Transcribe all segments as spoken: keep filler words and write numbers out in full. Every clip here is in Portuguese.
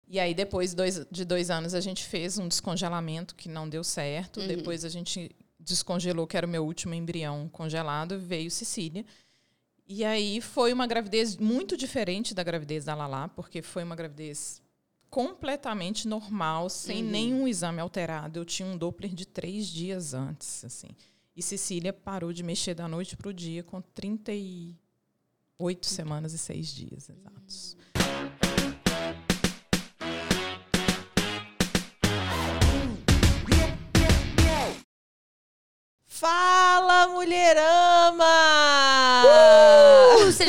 E aí, depois dois, de dois anos, a gente fez um descongelamento que não deu certo. Uhum. Depois a gente descongelou, que era o meu último embrião congelado, veio Cecília. E aí foi uma gravidez muito diferente da gravidez da Lala, porque foi uma gravidez completamente normal, sem uhum. nenhum exame alterado. Eu tinha um Doppler de três dias antes, assim. E Cecília parou de mexer da noite para o dia com trinta e oito uhum. semanas e seis dias exatos. Uhum. Fala, mulherama! Uh, você...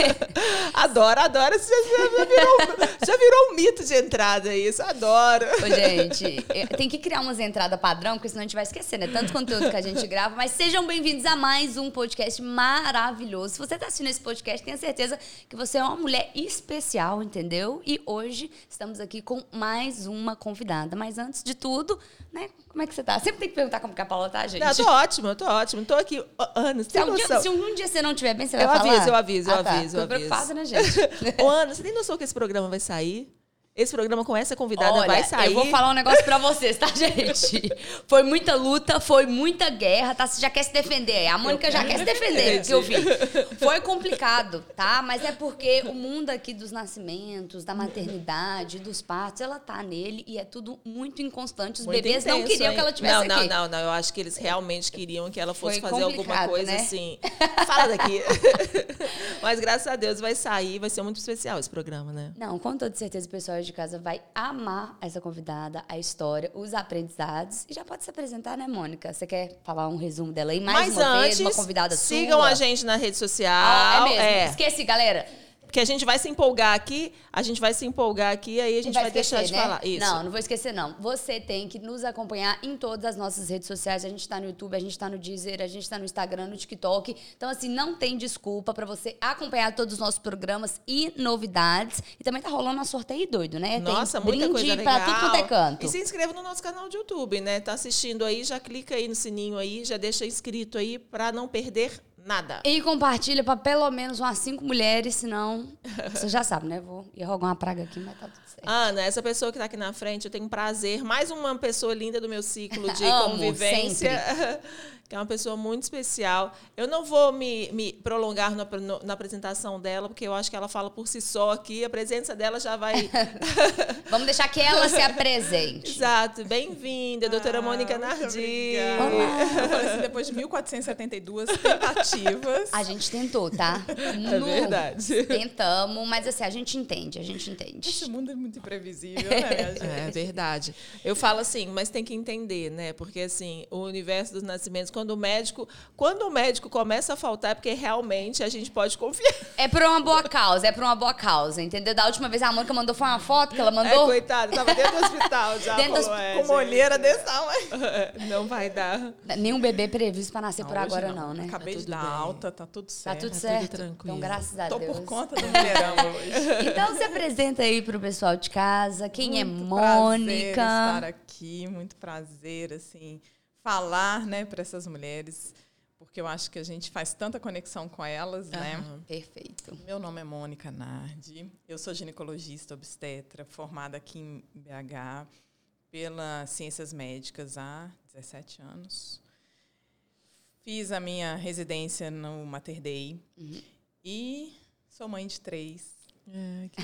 adoro, adoro. Você já, já, virou, já virou um mito de entrada isso, adoro. Ô, gente, tem que criar umas entradas padrão, porque senão a gente vai esquecer, né? Tanto conteúdo que a gente grava. Mas sejam bem-vindos a mais um podcast maravilhoso. Se você está assistindo esse podcast, tenha certeza que você é uma mulher especial, entendeu? E hoje estamos aqui com mais uma convidada. Mas antes de tudo, né? Como é que você tá? Sempre tem que perguntar como que a Paula tá, gente. Não, eu tô ótima, eu tô ótima. Tô aqui anos. Se, um dia, se um dia você não estiver bem, você vai eu falar? Aviso, eu aviso, eu ah, tá. aviso, eu tô aviso. preocupada, né, gente? Ô, Ana, você tem noção que esse programa vai sair? Esse programa com essa convidada Olha, vai sair. Eu vou falar um negócio pra vocês, tá, gente? Foi muita luta, foi muita guerra, tá? Você já quer se defender. A Mônica eu já quer se defender, que eu vi. Foi complicado, tá? Mas é porque o mundo aqui dos nascimentos, da maternidade, dos partos, ela tá nele e é tudo muito inconstante. Os muito bebês intenso, não queriam hein? Que ela tivesse não, aqui. Não, não, não. Eu acho que eles realmente queriam que ela fosse foi fazer alguma coisa, né? Assim. Fala daqui. Mas graças a Deus vai sair, vai ser muito especial esse programa, né? Não, com toda certeza o pessoal de casa vai amar essa convidada, a história, os aprendizados. E já pode se apresentar, né, Mônica? Você quer falar um resumo dela aí? Mais Mas uma antes, vez, uma convidada sua? Sigam a gente na rede social. Ah, é mesmo. É. Esqueci, galera. Porque a gente vai se empolgar aqui, a gente vai se empolgar aqui, aí a gente vai, vai esquecer, deixar de né? falar. Isso. Não, não vou esquecer, não. Você tem que nos acompanhar em todas as nossas redes sociais. A gente tá no YouTube, a gente tá no Deezer, a gente tá no Instagram, no TikTok. Então, assim, não tem desculpa pra você acompanhar todos os nossos programas e novidades. E também tá rolando um sorteio doido, né? Nossa, tem muita coisa legal. Pra tudo quanto é canto. E se inscreva no nosso canal de YouTube, né? Tá assistindo aí, já clica aí no sininho aí, já deixa inscrito aí pra não perder nada. E compartilha para pelo menos umas cinco mulheres, senão... Você já sabe, né? Vou ir rogar uma praga aqui, mas tá tudo certo. Ana, essa pessoa que tá aqui na frente, eu tenho um prazer. Mais uma pessoa linda do meu ciclo de Amo, convivência. Que é uma pessoa muito especial. Eu não vou me, me prolongar no, no, na apresentação dela, porque eu acho que ela fala por si só aqui. A presença dela já vai... Vamos deixar que ela se apresente. Exato. Bem-vinda, doutora ah, Mônica Nardi. Olá. Depois de mil quatrocentas e setenta e duas tentativas... A gente tentou, tá? É no... verdade. Tentamos, mas assim, a gente entende, a gente entende. Esse mundo é muito imprevisível, né, gente? É verdade. Eu falo assim, mas tem que entender, né? Porque, assim, o universo dos nascimentos... Quando o médico, quando o médico começa a faltar, é porque realmente a gente pode confiar. É por uma boa causa, é por uma boa causa, entendeu? Da última vez a Mônica mandou, foi uma foto que ela mandou. É, coitada, tava dentro do hospital já. Dentro falou, do... é, com uma olheira desse tamanho. Não vai dar. Nenhum bebê previsto para nascer não, por agora, não. não, né? Acabei tá de dar bem. Alta, tá tudo certo. Tá tudo tá certo. Tudo tranquilo. Então, graças a Tô Deus. Tô por conta do mulherama hoje. Então, se apresenta aí pro pessoal de casa. Quem muito é Mônica? Prazer estar aqui, muito prazer, assim... falar, né, para essas mulheres, porque eu acho que a gente faz tanta conexão com elas, uhum. né? Perfeito. Meu nome é Mônica Nardi, eu sou ginecologista obstetra, formada aqui em B H pela Ciências Médicas há dezessete anos. Fiz a minha residência no Mater Dei uhum. e sou mãe de três. É, que...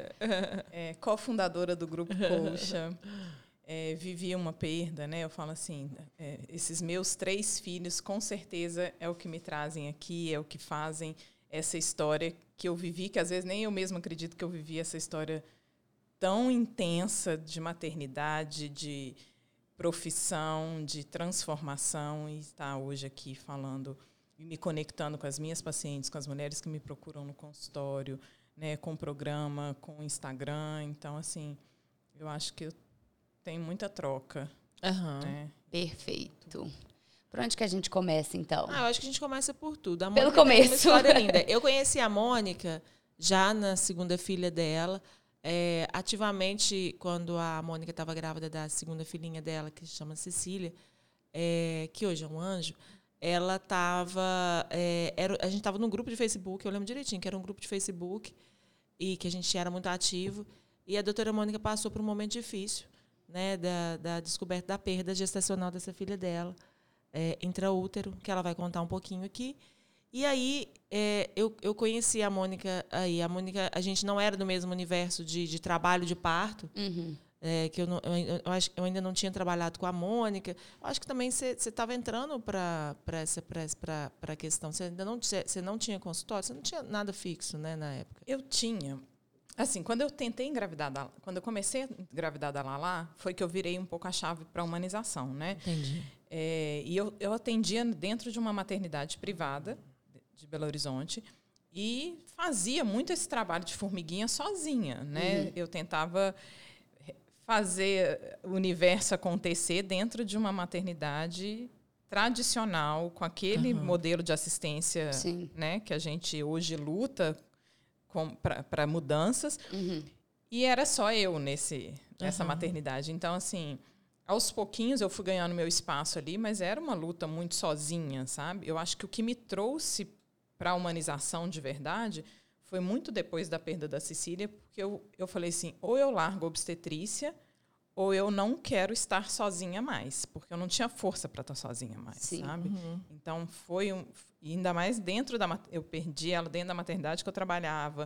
é, cofundadora do Grupo Coxa. É, vivi uma perda, né? Eu falo assim, é, esses meus três filhos, com certeza, é o que me trazem aqui, é o que fazem essa história que eu vivi, que às vezes nem eu mesma acredito que eu vivi essa história tão intensa de maternidade, de profissão, de transformação, e estar hoje aqui falando e me conectando com as minhas pacientes, com as mulheres que me procuram no consultório, né, com o programa, com o Instagram. Então, assim, eu acho que eu tem muita troca. Uhum. Né? Perfeito. Por onde que a gente começa, então? Ah, eu acho que a gente começa por tudo. A Pelo começo. Tem uma história linda. Eu conheci a Mônica já na segunda filha dela. É, ativamente, quando a Mônica estava grávida da segunda filhinha dela, que se chama Cecília, é, que hoje é um anjo, ela estava... É, era, a gente estava num grupo de Facebook, eu lembro direitinho, que era um grupo de Facebook, e que a gente era muito ativo. E a doutora Mônica passou por um momento difícil, né, da, da descoberta da perda gestacional dessa filha dela, é, intraútero, que ela vai contar um pouquinho aqui. E aí é, eu, eu conheci a Mônica aí. A Mônica, a gente não era do mesmo universo de, de trabalho de parto. Uhum. É, que eu, não, eu, eu, acho, eu ainda não tinha trabalhado com a Mônica. Eu acho que também você estava entrando para essa para a questão. Você ainda não, você não tinha consultório, você não tinha nada fixo, né, na época? Eu tinha. Assim, quando eu tentei engravidar, da, quando eu comecei a engravidar da Lala, foi que eu virei um pouco a chave para a humanização, né? Entendi. É, e eu, eu atendia dentro de uma maternidade privada de Belo Horizonte e fazia muito esse trabalho de formiguinha sozinha, né? Uhum. Eu tentava fazer o universo acontecer dentro de uma maternidade tradicional, com aquele uhum. modelo de assistência, né, que a gente hoje luta para mudanças. Uhum. E era só eu nesse, nessa uhum. maternidade. Então, assim, aos pouquinhos eu fui ganhando meu espaço ali, mas era uma luta muito sozinha, sabe? Eu acho que o que me trouxe para a humanização de verdade foi muito depois da perda da Cecília, porque eu, eu falei assim, ou eu largo a obstetrícia, ou eu não quero estar sozinha mais, porque eu não tinha força para estar sozinha mais, Sim. sabe? Uhum. Então, foi um... E ainda mais dentro da... Eu perdi ela dentro da maternidade que eu trabalhava,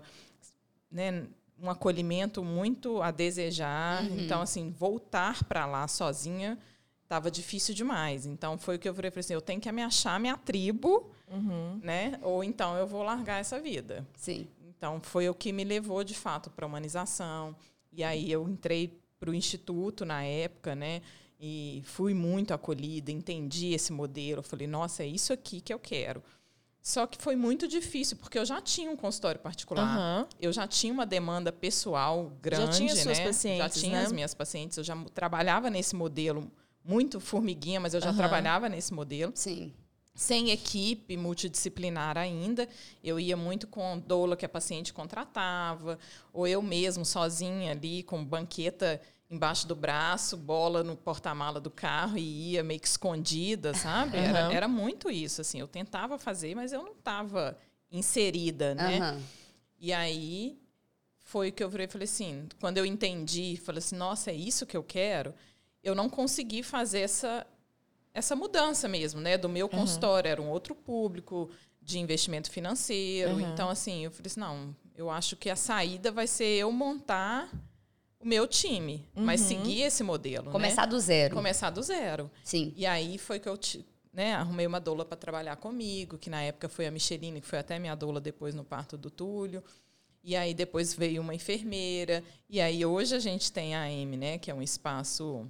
né? Um acolhimento muito a desejar. Uhum. Então, assim, voltar para lá sozinha estava difícil demais. Então, foi o que eu falei assim, eu tenho que me achar minha tribo, uhum. né? Ou então eu vou largar essa vida. Sim. Então, foi o que me levou, de fato, para a humanização. E aí eu entrei para o Instituto, na época, né? E fui muito acolhida, entendi esse modelo. Falei, nossa, é isso aqui que eu quero. Só que foi muito difícil, porque eu já tinha um consultório particular. Uhum. Eu já tinha uma demanda pessoal grande. Já tinha né? suas pacientes, Já tinha né? as minhas pacientes. Eu já trabalhava nesse modelo, muito formiguinha, mas eu já uhum. trabalhava nesse modelo. Sim. Sem equipe multidisciplinar ainda. Eu ia muito com doula que a paciente contratava, ou eu mesmo, sozinha ali, com banqueta embaixo do braço, bola no porta-mala do carro e ia meio que escondida, sabe? Uhum. Era, era muito isso, assim. Eu tentava fazer, mas eu não estava inserida, né? Uhum. E aí foi o que eu falei assim, quando eu entendi, falei assim, nossa, é isso que eu quero, eu não consegui fazer essa... essa mudança mesmo, né, do meu consultório. Uhum. Era um outro público de investimento financeiro. Uhum. Então, assim, eu falei assim, não, eu acho que a saída vai ser eu montar o meu time, uhum. mas seguir esse modelo. Começar né? do zero. Começar do zero. Sim. E aí foi que eu né, arrumei uma doula para trabalhar comigo, que na época foi a Micheline, que foi até minha doula depois no parto do Túlio. E aí depois veio uma enfermeira. E aí hoje a gente tem a Amy, né, que é um espaço...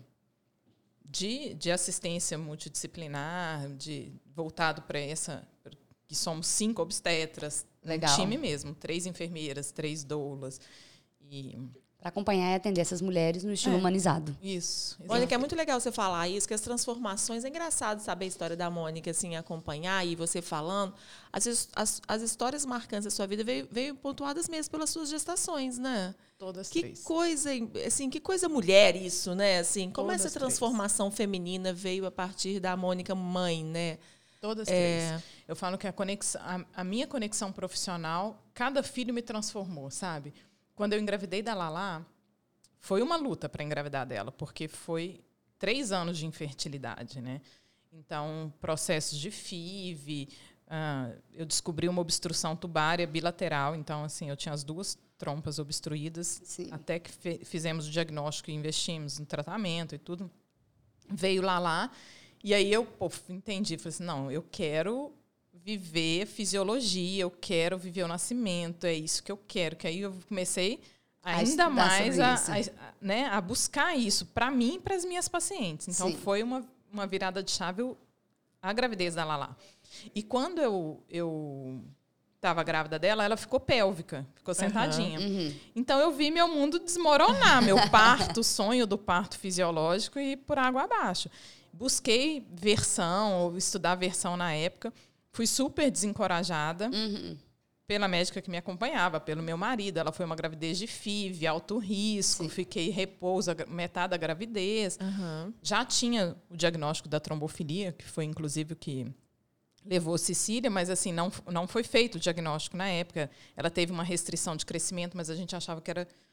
De, de assistência multidisciplinar, de, voltado para essa... que somos cinco obstetras. Legal. Um time mesmo, três enfermeiras, três doulas. E... para acompanhar e atender essas mulheres no estilo é, humanizado. Isso. Mônica, é muito legal você falar isso, que as transformações... É engraçado saber a história da Mônica, assim, acompanhar e você falando. As, as, as histórias marcantes da sua vida veio, veio pontuadas mesmo pelas suas gestações, né? Todas que três. Coisa, assim, que coisa mulher isso, né? Assim, como Todas essa transformação três. feminina veio a partir da Mônica mãe, né? Todas é... três. Eu falo que a, conexão, a, a minha conexão profissional, cada filho me transformou, sabe? Quando eu engravidei da Lala, foi uma luta para engravidar dela, porque foi três anos de infertilidade, né? Então, processos de F I V, uh, eu descobri uma obstrução tubária bilateral, então, assim, eu tinha as duas trompas obstruídas, Sim. até que fizemos o diagnóstico e investimos no tratamento e tudo. Veio lá, lá, e aí eu pô, entendi, falei assim, não, eu quero viver fisiologia, eu quero viver o nascimento, é isso que eu quero, que aí eu comecei ainda mais a, a, a, né, a buscar isso para mim e para as minhas pacientes. Então, Sim. foi uma, uma virada de chave a gravidez da Lala. E quando eu... eu estava grávida dela, ela ficou pélvica, ficou sentadinha. Uhum, uhum. Então, eu vi meu mundo desmoronar, meu parto, sonho do parto fisiológico e por água abaixo. Busquei versão, ou estudar versão na época. Fui super desencorajada uhum. pela médica que me acompanhava, pelo meu marido. Ela foi uma gravidez de F I V, alto risco, Sim. fiquei repouso metade da gravidez. Uhum. Já tinha o diagnóstico da trombofilia, que foi, inclusive, o que... levou Cecília, mas assim não, não foi feito o diagnóstico na época. Ela teve uma restrição de crescimento, mas a gente achava que era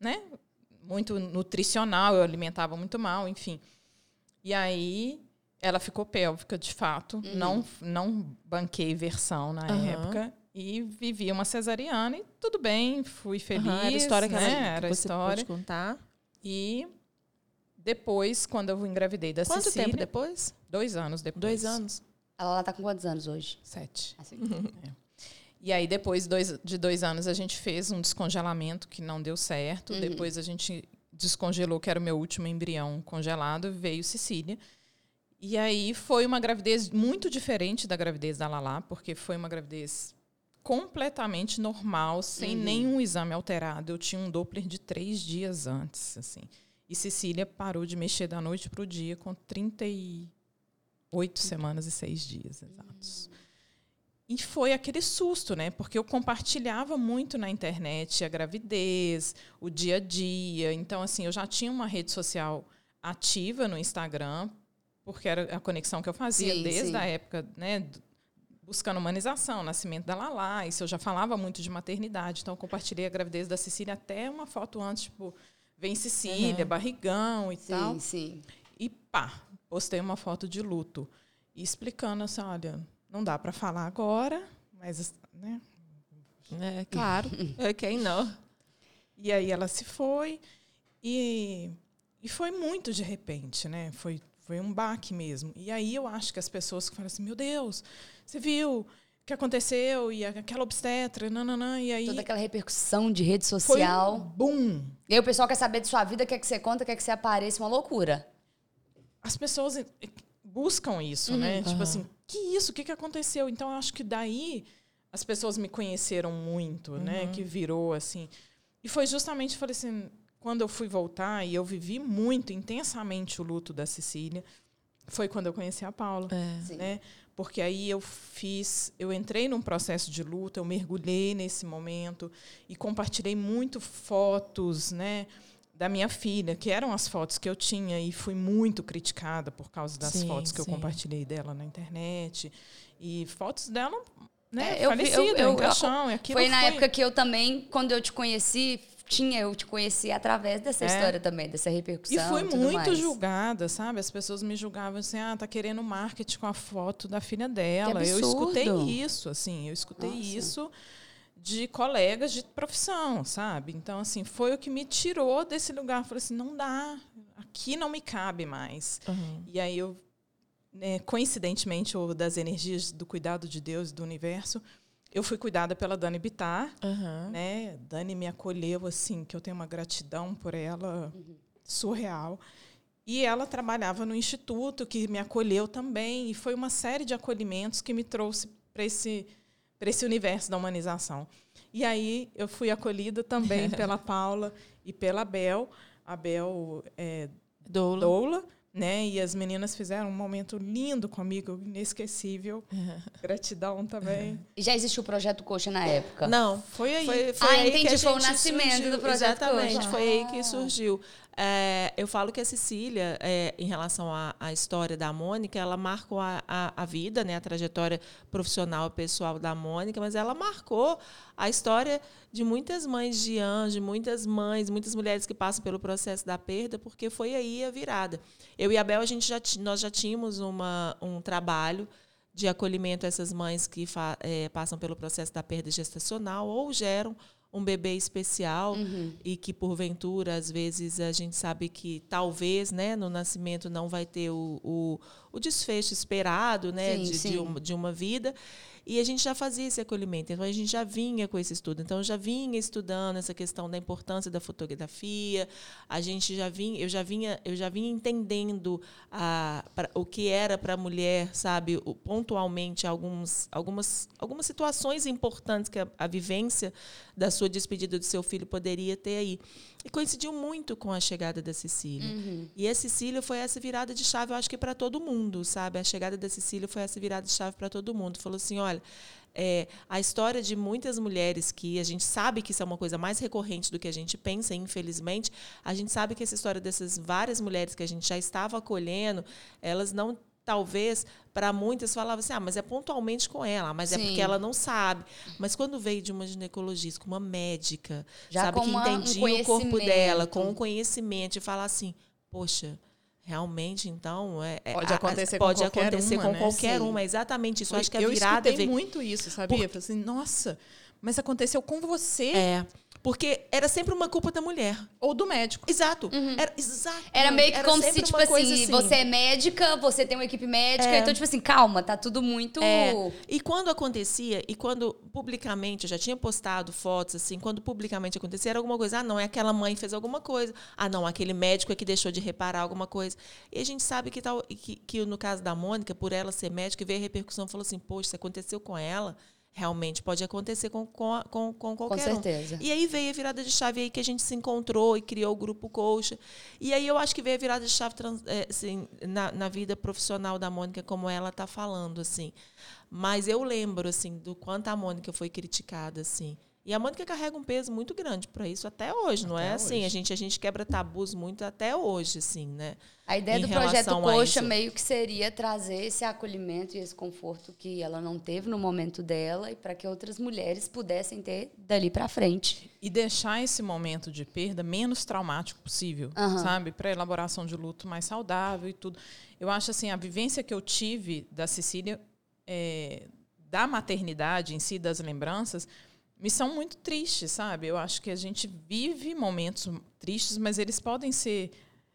né, muito nutricional, eu alimentava muito mal, enfim. E aí ela ficou pélvica, de fato. Uhum. Não, não banquei versão na uhum. época. E vivi uma cesariana e tudo bem, fui feliz. Uhum, era a história que, né? ela, era que você história. pode contar. E depois, quando eu engravidei da Quanto Cecília... Quanto tempo depois? Dois anos depois. Dois anos. Ela está com quantos anos hoje? Sete. Assim. Uhum. É. E aí, depois dois, de dois anos, a gente fez um descongelamento que não deu certo. Uhum. Depois a gente descongelou, que era o meu último embrião congelado, veio Cecília. E aí foi uma gravidez muito diferente da gravidez da Lala, porque foi uma gravidez completamente normal, sem uhum. nenhum exame alterado. Eu tinha um Doppler de três dias antes, assim. E Cecília parou de mexer da noite para o dia com trinta e oito uhum. semanas e seis dias exatos. Uhum. E foi aquele susto, né? Porque eu compartilhava muito na internet a gravidez, o dia a dia. Então, assim, eu já tinha uma rede social ativa no Instagram, porque era a conexão que eu fazia sim, desde sim. a época, né? Buscando humanização, nascimento da Lala. Isso eu já falava muito de maternidade. Então, eu compartilhei a gravidez da Cecília até uma foto antes, tipo, vem Cecília, uhum. barrigão e sim, tal. Sim. E pá, postei uma foto de luto. E explicando assim, olha... Não dá para falar agora, mas... Né? É, claro. É, quem não? E aí ela se foi. E, e foi muito de repente, né? Foi, foi um baque mesmo. E aí eu acho que as pessoas que falam assim, meu Deus, você viu o que aconteceu? E aquela obstetra, nananã, e aí... Toda aquela repercussão de rede social. Foi um boom. E aí o pessoal quer saber de sua vida, quer que você conta, quer que você apareça. Uma loucura. As pessoas... buscam isso, uhum. né? Uhum. Tipo assim, que isso? O que, que aconteceu? Então, eu acho que daí as pessoas me conheceram muito, uhum. né? Que virou, assim... E foi justamente, falei assim, quando eu fui voltar, e eu vivi muito, intensamente, o luto da Cecília, foi quando eu conheci a Paula, é. né? Porque aí eu fiz... Eu entrei num processo de luto, eu mergulhei nesse momento e compartilhei muito fotos, né? Da minha filha, que eram as fotos que eu tinha, e fui muito criticada por causa das sim, fotos que sim. eu compartilhei dela na internet. E fotos dela, né, é, falecida, eu, eu, em caixão. Eu, foi na foi... época que eu também, quando eu te conheci, tinha, eu te conheci através dessa é. história também, dessa repercussão. E fui e tudo muito mais. julgada, sabe? As pessoas me julgavam assim, ah, tá querendo marketing com a foto da filha dela. Eu escutei isso, assim, eu escutei Nossa. isso... de colegas de profissão, sabe? Então, assim, foi o que me tirou desse lugar. Eu falei assim, não dá, aqui não me cabe mais. Uhum. E aí, eu, né, coincidentemente, ou das energias do cuidado de Deus e do universo, eu fui cuidada pela Dani Bittar. Uhum. Né? Dani me acolheu, assim, que eu tenho uma gratidão por ela uhum. surreal. E ela trabalhava no instituto, que me acolheu também. E foi uma série de acolhimentos que me trouxe para esse... para esse universo da humanização. E aí eu fui acolhida também pela Paula e pela Bel. A Bel é Doula. Doula, né? E as meninas fizeram um momento lindo comigo, inesquecível. Gratidão também. E já existiu o Projeto Coxa na época? Não, foi aí. Foi, foi ah, aí entendi, que a foi gente o nascimento surgiu. do Projeto Exatamente, Coxa. foi aí que surgiu. É, eu falo que a Cecília, é, em relação à, à história da Mônica, ela marcou a, a, a vida, né, a trajetória profissional e pessoal da Mônica, mas ela marcou a história de muitas mães de anjo, muitas mães, muitas mulheres que passam pelo processo da perda, porque foi aí a virada. Eu e a Bel, a gente já, nós já tínhamos uma, um trabalho de acolhimento a essas mães que fa, é, passam pelo processo da perda gestacional ou geram um bebê especial uhum. e que, porventura, às vezes, a gente sabe que talvez, né, no nascimento não vai ter o, o, o desfecho esperado, né, sim, de, sim. De, uma, de uma vida. E a gente já fazia esse acolhimento, então a gente já vinha com esse estudo. Então, eu já vinha estudando essa questão da importância da fotografia, a gente já vinha, eu já vinha, eu já vinha entendendo a, pra, o que era para a mulher, sabe, o, pontualmente, alguns, algumas, algumas situações importantes que a, a vivência da sua despedida do seu filho poderia ter aí. E coincidiu muito com a chegada da Cecília. Uhum. E a Cecília foi essa virada de chave, eu acho que para todo mundo, sabe? A chegada da Cecília foi essa virada de chave para todo mundo. Falou assim, olha, é, a história de muitas mulheres que a gente sabe que isso é uma coisa mais recorrente do que a gente pensa, infelizmente, a gente sabe que essa história dessas várias mulheres que a gente já estava acolhendo, elas não talvez, para muitas, falava assim, ah, mas é pontualmente com ela, mas Sim. é porque ela não sabe. Mas quando veio de uma ginecologista, com uma médica, Já sabe, com que uma, entendia um o corpo dela, com o conhecimento, e falar assim, poxa, realmente, então, é, pode a, acontecer, a, com, pode qualquer acontecer uma, com né? qualquer Sim. uma, é exatamente isso. Eu, acho que a eu virada escutei veio... muito isso, sabia? Por... Eu falei assim, nossa, mas aconteceu com você. É, porque era sempre uma culpa da mulher. Ou do médico. Exato. Uhum. Era, exato. Era meio que era como se, tipo assim, assim, você é médica, você tem uma equipe médica, é. então, tipo assim, calma, tá tudo muito... É. E quando acontecia, e quando publicamente, eu já tinha postado fotos, assim, quando publicamente acontecia, era alguma coisa, ah, não, é aquela mãe fez alguma coisa, ah, não, aquele médico é que deixou de reparar alguma coisa. E a gente sabe que, tal, que, que no caso da Mônica, por ela ser médica, veio a repercussão, falou assim, poxa, se aconteceu com ela... Realmente pode acontecer com, com, com, com qualquer um. Com certeza. Um. E aí veio a virada de chave aí que a gente se encontrou e criou o Grupo Colcha. E aí eu acho que veio a virada de chave trans, é, assim, na, na vida profissional da Mônica, como ela está falando. Assim. Mas eu lembro assim, do quanto a Mônica foi criticada. Assim. E a Mônica carrega um peso muito grande para isso até hoje, não até é hoje. Assim? A gente, a gente quebra tabus muito até hoje, assim, né? A ideia do projeto Colcha meio que seria trazer esse acolhimento e esse conforto que ela não teve no momento dela e para que outras mulheres pudessem ter dali para frente. E deixar esse momento de perda menos traumático possível, uhum. sabe? Para a elaboração de luto mais saudável e tudo. Eu acho assim, a vivência que eu tive da Cecília, é, da maternidade em si, das lembranças... me são muito tristes, sabe? Eu acho que a gente vive momentos tristes, mas eles podem ser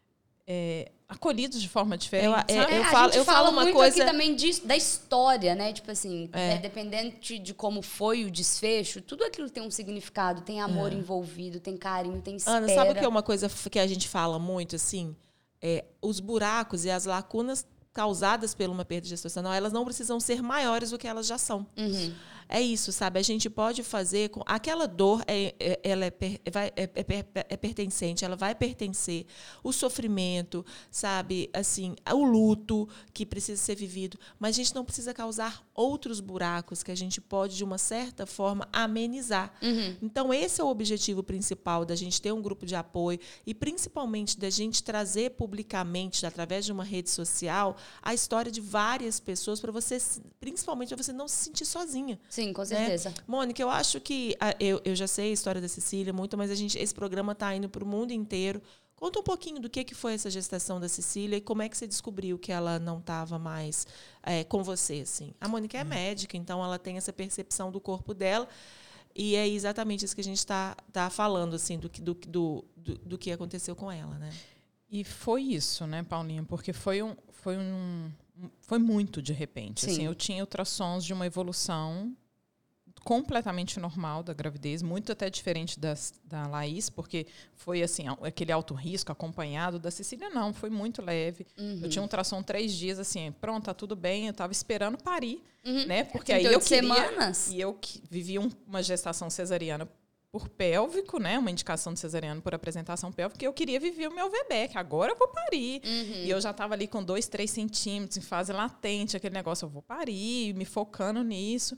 é, acolhidos de forma diferente. Eu, sabe? eu, eu é, falo, a gente eu fala falo uma muito coisa aqui também de, da história, né? Tipo assim, é. É, dependente de como foi o desfecho, tudo aquilo tem um significado, tem amor é. envolvido, tem carinho, tem espera. Ana, sabe o que é uma coisa que a gente fala muito, assim? É, os buracos e as lacunas causadas por uma perda gestacional, elas não precisam ser maiores do que elas já são. Uhum. É isso, sabe? A gente pode fazer com aquela dor, é, é, ela é, per, vai, é, é, é pertencente, ela vai pertencer. O sofrimento, sabe? Assim, o luto que precisa ser vivido, mas a gente não precisa causar outros buracos que a gente pode, de uma certa forma, amenizar. Uhum. Então, esse é o objetivo principal da gente ter um grupo de apoio e, principalmente, da gente trazer publicamente, através de uma rede social, a história de várias pessoas para você, principalmente, para você não se sentir sozinha. Sim, com certeza. Né? Mônica, eu acho que... A, eu, eu já sei a história da Cecília muito, mas a gente, esse programa está indo para o mundo inteiro. Conta um pouquinho do que, que foi essa gestação da Cecília e como é que você descobriu que ela não estava mais é, com você. Assim. A Mônica é médica, então ela tem essa percepção do corpo dela e é exatamente isso que a gente está tá falando, assim, do, do, do, do, do que aconteceu com ela. Né? E foi isso, né, Paulinha? Porque foi um... Foi, um, foi muito de repente. Assim, eu tinha ultrassons de uma evolução completamente normal da gravidez, muito até diferente das, da Laís, porque foi assim, aquele alto risco acompanhado. Da Cecília, não, foi muito leve. Uhum. Eu tinha um ultrassom três dias, assim, pronto, tá tudo bem, eu estava esperando parir, uhum. né? Porque aí eu queria... semanas. E eu que vivi um, uma gestação cesariana por pélvico, né? Uma indicação de cesariana por apresentação pélvica, e eu queria viver o meu bebê, que agora eu vou parir. Uhum. E eu já estava ali com dois, três centímetros, em fase latente, aquele negócio, eu vou parir, me focando nisso.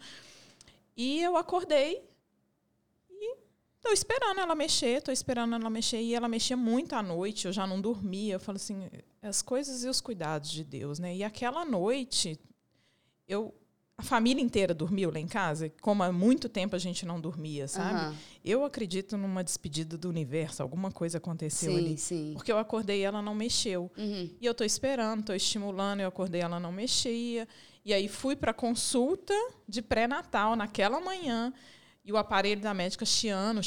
E eu acordei e estou esperando ela mexer, estou esperando ela mexer. E ela mexia muito à noite, eu já não dormia. Eu falo assim, as coisas e os cuidados de Deus, né? E aquela noite, eu... A família inteira dormiu lá em casa, como há muito tempo a gente não dormia, sabe? Uhum. Eu acredito numa despedida do universo, alguma coisa aconteceu sim, ali. Sim. Porque eu acordei e ela não mexeu. Uhum. E eu estou esperando, estou estimulando, eu acordei e ela não mexia. E aí fui para a consulta de pré-natal naquela manhã, e o aparelho da médica chiando.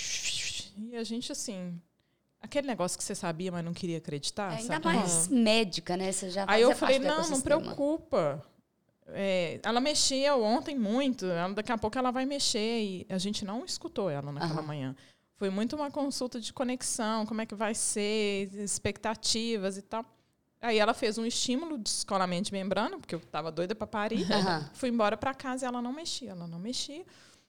E a gente, assim... Aquele negócio que você sabia, mas não queria acreditar. É, ainda sabe? mais uhum. médica, né? Você já aí eu falei, não, não preocupa. É, ela mexia ontem muito, ela, daqui a pouco ela vai mexer, e a gente não escutou ela naquela uhum. manhã. Foi muito uma consulta de conexão, como é que vai ser, expectativas e tal. Aí ela fez um estímulo de descolamento de membrana, porque eu estava doida para parir. Uhum. Fui embora para casa e ela não mexia, ela não mexia.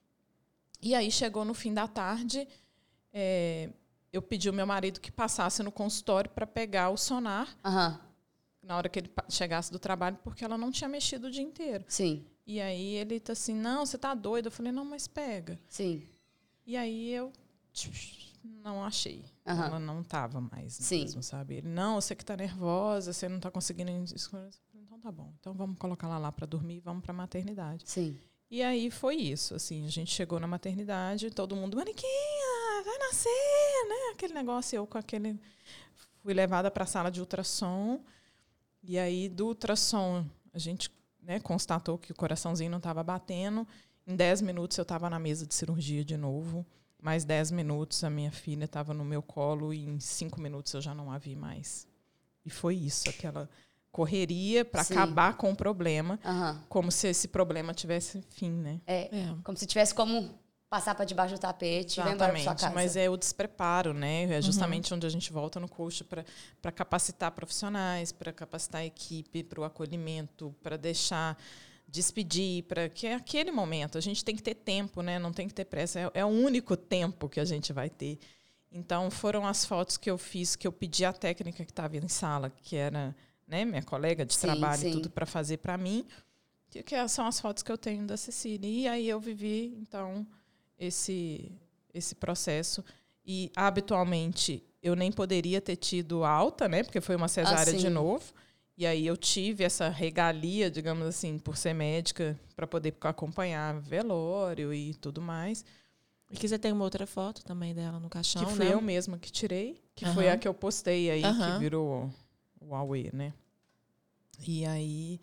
E aí chegou no fim da tarde, é, eu pedi ao meu marido que passasse no consultório para pegar o sonar. Uhum. Na hora que ele chegasse do trabalho, porque ela não tinha mexido o dia inteiro. Sim. E aí ele tá assim, não, você tá doida? Eu falei, não, mas pega. Sim. E aí eu não achei. Uhum. Ela não tava mais Sim. mesmo, sabe? Ele, não, você que tá nervosa, você não tá conseguindo... Então tá bom. Então, vamos colocar ela lá para dormir e vamos para a maternidade. Sim. E aí foi isso, assim, a gente chegou na maternidade, todo mundo, Moniquinha, vai nascer, né? Aquele negócio, eu com aquele... Fui levada para a sala de ultrassom, e aí do ultrassom a gente, né, constatou que o coraçãozinho não estava batendo. Em dez minutos eu estava na mesa de cirurgia de novo. Mais dez minutos a minha filha estava no meu colo e em cinco minutos eu já não a vi mais. E foi isso, aquela correria para acabar com o problema, uhum. como se esse problema tivesse fim, né? É, é. Como se tivesse como passar para debaixo do tapete e vai embora para sua casa. Mas é o despreparo, né? É justamente uhum. onde a gente volta no coach para capacitar profissionais, para capacitar a equipe, para o acolhimento, para deixar despedir, para que é aquele momento. A gente tem que ter tempo, né? Não tem que ter pressa. É, é o único tempo que a gente vai ter. Então, foram as fotos que eu fiz, que eu pedi a técnica que estava em sala, que era, né, minha colega de sim, trabalho, sim. tudo para fazer para mim, que, que são as fotos que eu tenho da Cecília. E aí eu vivi, então... Esse, esse processo. E, habitualmente, eu nem poderia ter tido alta, né? Porque foi uma cesárea ah, de novo. E aí eu tive essa regalia, digamos assim, por ser médica, para poder acompanhar velório e tudo mais. E que você tem uma outra foto também dela no caixão, que fui né? eu mesma que tirei. Que uhum. foi a que eu postei aí, uhum. que virou o Huawei, né? E aí,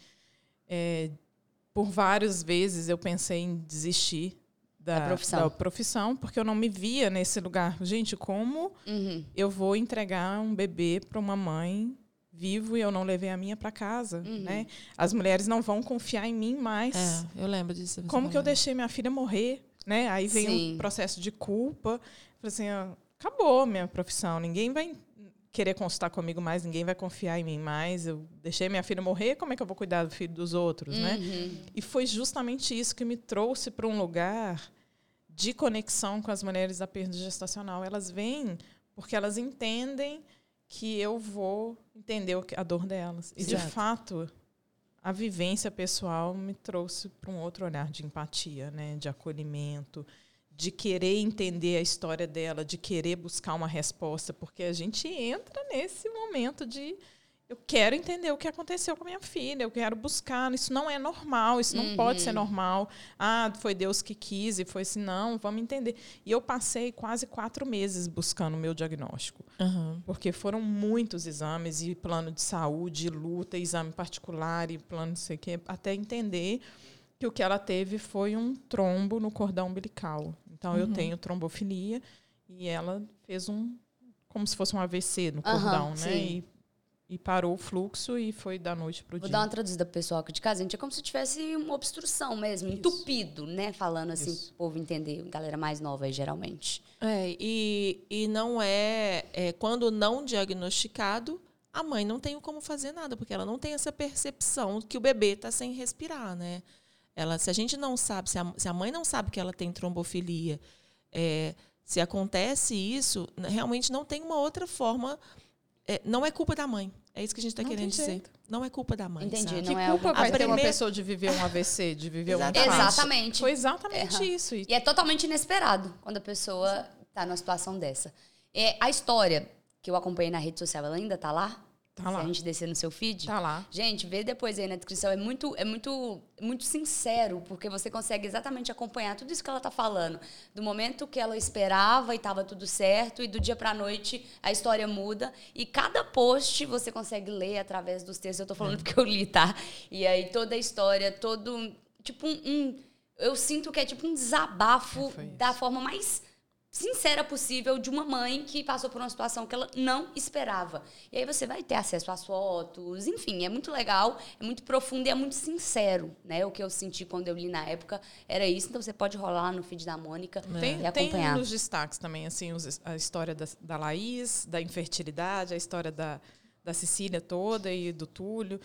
é, por várias vezes, eu pensei em desistir Da, da, profissão. da profissão, porque eu não me via nesse lugar. Gente, como uhum. eu vou entregar um bebê para uma mãe vivo e eu não levei a minha para casa? Uhum. Né? As mulheres não vão confiar em mim mais. É, eu lembro disso. Como falando. que eu deixei minha filha morrer? Né? Aí vem Sim. um processo de culpa. Assim, ó, acabou minha profissão. Ninguém vai querer consultar comigo mais, ninguém vai confiar em mim mais. Eu deixei minha filha morrer, como é que eu vou cuidar do filho dos outros? Uhum. Né? E foi justamente isso que me trouxe para um lugar de conexão com as mulheres da perda gestacional. Elas vêm porque elas entendem que eu vou entender a dor delas. E, Exato. de fato, a vivência pessoal me trouxe para um outro olhar de empatia, né? De acolhimento, de querer entender a história dela, de querer buscar uma resposta, porque a gente entra nesse momento de eu quero entender o que aconteceu com a minha filha, eu quero buscar, isso não é normal, isso não uhum. pode ser normal. Ah, foi Deus que quis e foi assim, não, vamos entender. E eu passei quase quatro meses buscando o meu diagnóstico, uhum. porque foram muitos exames, e plano de saúde, luta, exame particular, e plano não sei o quê, até entender que o que ela teve foi um trombo no cordão umbilical. Então, uhum. eu tenho trombofilia, e ela fez um, como se fosse um A V C no cordão, uhum, né? E, E parou o fluxo e foi da noite para o dia. Vou dar uma traduzida pro pessoal aqui de casa. Gente, é como se tivesse uma obstrução mesmo, Isso. entupido, né? Falando assim, para o povo entender. Galera mais nova aí, geralmente. É, e, e não é, é... Quando não diagnosticado, a mãe não tem como fazer nada, porque ela não tem essa percepção que o bebê está sem respirar, né? Ela, se a gente não sabe, se a, se a mãe não sabe que ela tem trombofilia, é, se acontece isso, realmente não tem uma outra forma... É, não é culpa da mãe. É isso que a gente está querendo dizer. Não é culpa da mãe. Entendi. Sabe? Não que é culpa algo... vai ter uma pessoa de viver um A V C, de viver um infarto? Exatamente. Foi exatamente uhum. isso. E é totalmente inesperado quando a pessoa está numa situação dessa. É, a história que eu acompanhei na rede social, ela ainda está lá? Tá Se lá. a gente descer no seu feed. Tá lá. Gente, vê depois aí na descrição. É muito, é muito, muito sincero, porque você consegue exatamente acompanhar tudo isso que ela está falando. Do momento que ela esperava e estava tudo certo, e do dia para a noite a história muda. E cada post você consegue ler através dos textos. Eu estou falando é. porque eu li, tá? E aí toda a história, todo... Tipo um... um eu sinto que é tipo um desabafo é, da forma mais... sincera possível de uma mãe que passou por uma situação que ela não esperava. E aí você vai ter acesso às fotos, enfim, é muito legal, é muito profundo e é muito sincero, né? O que eu senti quando eu li na época era isso, então você pode rolar no feed da Mônica tem, e acompanhar. Tem nos destaques também, assim, os, a história da, da Laís, da infertilidade, a história da, da Cecília toda e do Túlio.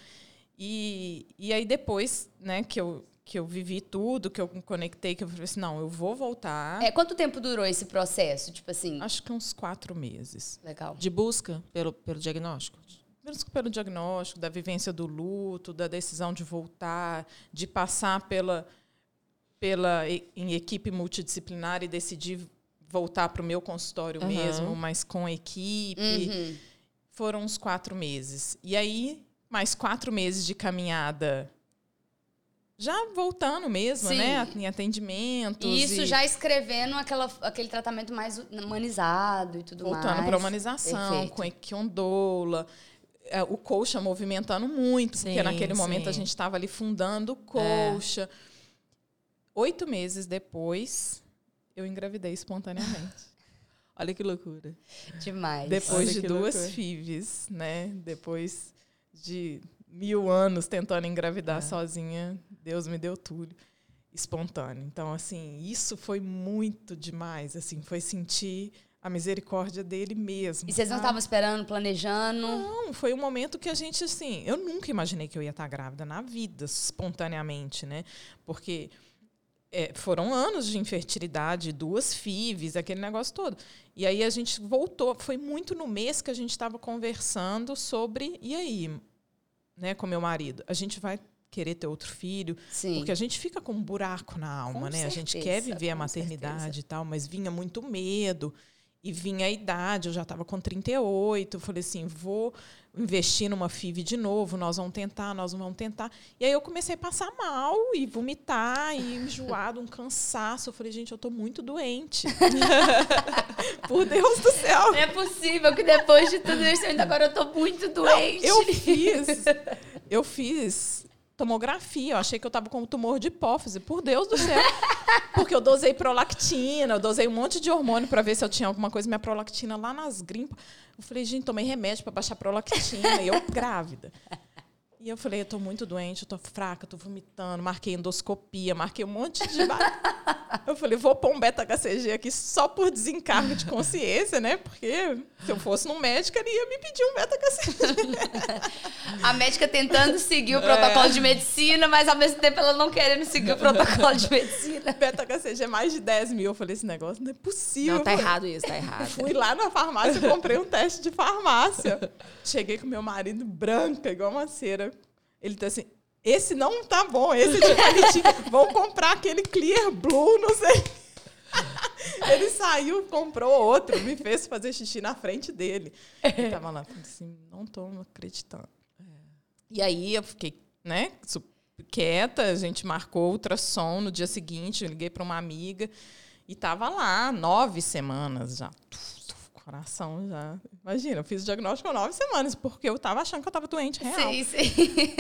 E, e aí depois, né, que eu... que eu vivi tudo, que eu me conectei, que eu falei assim, não, eu vou voltar. É, quanto tempo durou esse processo? Tipo assim? Acho que uns quatro meses. Legal. De busca pelo, pelo diagnóstico? Busca pelo diagnóstico, da vivência do luto, da decisão de voltar, de passar pela, pela em equipe multidisciplinar e decidir voltar para o meu consultório uhum. mesmo, mas com equipe. Uhum. Foram uns quatro meses. E aí... mais quatro meses de caminhada, já voltando mesmo, Sim. né? Em atendimentos. E isso e... já escrevendo aquela, aquele tratamento mais humanizado e tudo voltando mais. Voltando para a humanização, Perfeito. Com equiondoula. O Colcha movimentando muito, sim, porque naquele sim. momento a gente estava ali fundando o Colcha. É. Oito meses depois, eu engravidei espontaneamente. Olha que loucura. Demais. Depois Olha de duas loucura. Fives, né? Depois de mil anos tentando engravidar é. sozinha, Deus me deu tudo. Espontâneo. Então, assim, isso foi muito demais. Assim, foi sentir a misericórdia dele mesmo. E vocês não estavam esperando, planejando? Não, foi um momento que a gente, assim... Eu nunca imaginei que eu ia estar grávida na vida, espontaneamente, né? Porque... É, foram anos de infertilidade, duas fives, aquele negócio todo. E aí a gente voltou, foi muito no mês que a gente estava conversando sobre, e aí, né, com meu marido, a gente vai querer ter outro filho? Sim. Porque a gente fica com um buraco na alma, com né? Certeza, a gente quer viver a maternidade certeza. E tal, mas vinha muito medo. E vinha a idade, eu já estava com trinta e oito, eu falei assim, vou investir numa F I V de novo, nós vamos tentar, nós vamos tentar. E aí eu comecei a passar mal e vomitar, e enjoado, um cansaço. Eu falei, gente, eu estou muito doente. Por Deus do céu. Não é possível que depois de tudo isso, ainda agora eu estou muito doente. Não, eu fiz, eu fiz tomografia, eu achei que eu estava com um tumor de hipófise, por Deus do céu. Porque eu dosei prolactina, eu dosei um monte de hormônio para ver se eu tinha alguma coisa, minha prolactina lá nas grimpas. Eu falei, gente, tomei remédio para baixar a prolactina, e eu grávida. E eu falei, eu tô muito doente, eu tô fraca, tô vomitando, marquei endoscopia, marquei um monte de... Eu falei, vou pôr um beta-H C G aqui só por desencargo de consciência, né? Porque se eu fosse num médico, ele ia me pedir um beta-H C G. A médica tentando seguir o protocolo é. de medicina, mas ao mesmo tempo ela não querendo seguir o protocolo de medicina. Beta-H C G é mais de dez mil. Eu falei, esse negócio não é possível. Não, tá errado isso, tá errado. Fui lá na farmácia e comprei um teste de farmácia. Cheguei com meu marido branca, igual uma cera. Ele tá assim, esse não tá bom, esse de qualitinha. Vão comprar aquele Clear Blue, não sei. Ele saiu, comprou outro, me fez fazer xixi na frente dele. Eu tava lá, falei assim, não tô acreditando. E aí eu fiquei, né, quieta, a gente marcou ultrassom no dia seguinte, eu liguei para uma amiga e tava lá, nove semanas já. Coração já. Imagina, eu fiz o diagnóstico há nove semanas, porque eu tava achando que eu tava doente real. Sim, sim.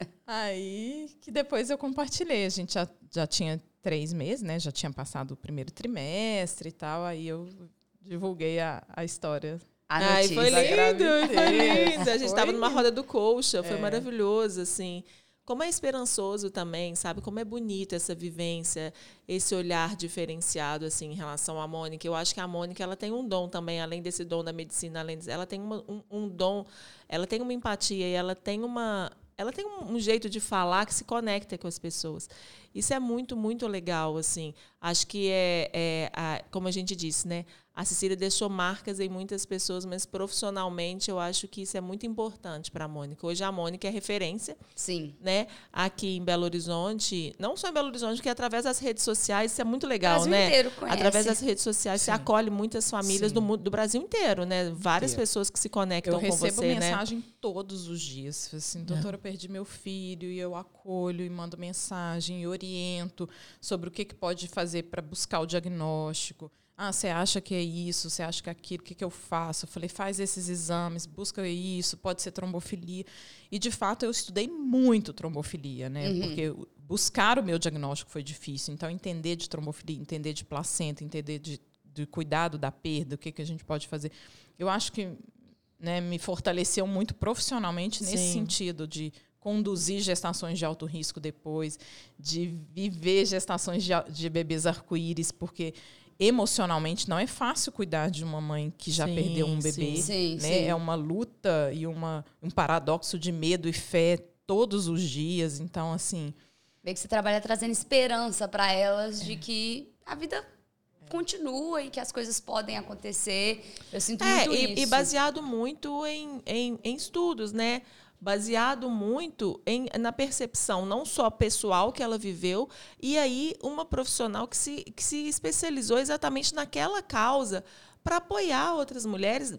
Aí que depois eu compartilhei. A gente já, já tinha três meses, né? Já tinha passado o primeiro trimestre e tal. Aí eu divulguei a, a história. A Ai, foi lindo, foi lindo. A gente estava numa roda do Colcha, foi é. maravilhoso, assim. Como é esperançoso também, sabe? Como é bonita essa vivência, esse olhar diferenciado assim em relação à Mônica. Eu acho que a Mônica ela tem um dom também, além desse dom da medicina, além de, ela tem uma, um, um dom, ela tem uma empatia e ela tem uma, ela tem um, um jeito de falar que se conecta com as pessoas. Isso é muito, muito legal, assim. Acho que é, é a, como a gente disse, né? A Cecília deixou marcas em muitas pessoas, mas profissionalmente eu acho que isso é muito importante para a Mônica. Hoje a Mônica é referência. Sim. Né? Aqui em Belo Horizonte, não só em Belo Horizonte, porque através das redes sociais isso é muito legal, Brasil né? Inteiro conhece. Através das redes sociais Sim. você acolhe muitas famílias do, do Brasil inteiro, né? Várias Sim. pessoas que se conectam eu com você, né? Eu recebo mensagem todos os dias. Assim, doutora, eu perdi meu filho, e eu acolho e mando mensagem e oriento sobre o que, que pode fazer para buscar o diagnóstico. Ah, você acha que é isso, você acha que é aquilo, o que, que eu faço? Eu falei, faz esses exames, busca isso, pode ser trombofilia. E, de fato, eu estudei muito trombofilia, né? Uhum. Porque buscar o meu diagnóstico foi difícil. Então, entender de trombofilia, entender de placenta, entender de, de cuidado da perda, o que, que a gente pode fazer. Eu acho que né, me fortaleceu muito profissionalmente nesse Sim. sentido de conduzir gestações de alto risco depois, de viver gestações de, de bebês arco-íris, porque... emocionalmente não é fácil cuidar de uma mãe que já sim, perdeu um bebê. Sim, né? sim. É uma luta e uma, um paradoxo de medo e fé todos os dias. Então, assim... Vê que você trabalha trazendo esperança para elas é. de que a vida é. continua e que as coisas podem acontecer. Eu sinto é, muito e, isso. E baseado muito em, em, em estudos, né? Baseado muito em, na percepção não só pessoal que ela viveu, e aí uma profissional que se, que se especializou exatamente naquela causa para apoiar outras mulheres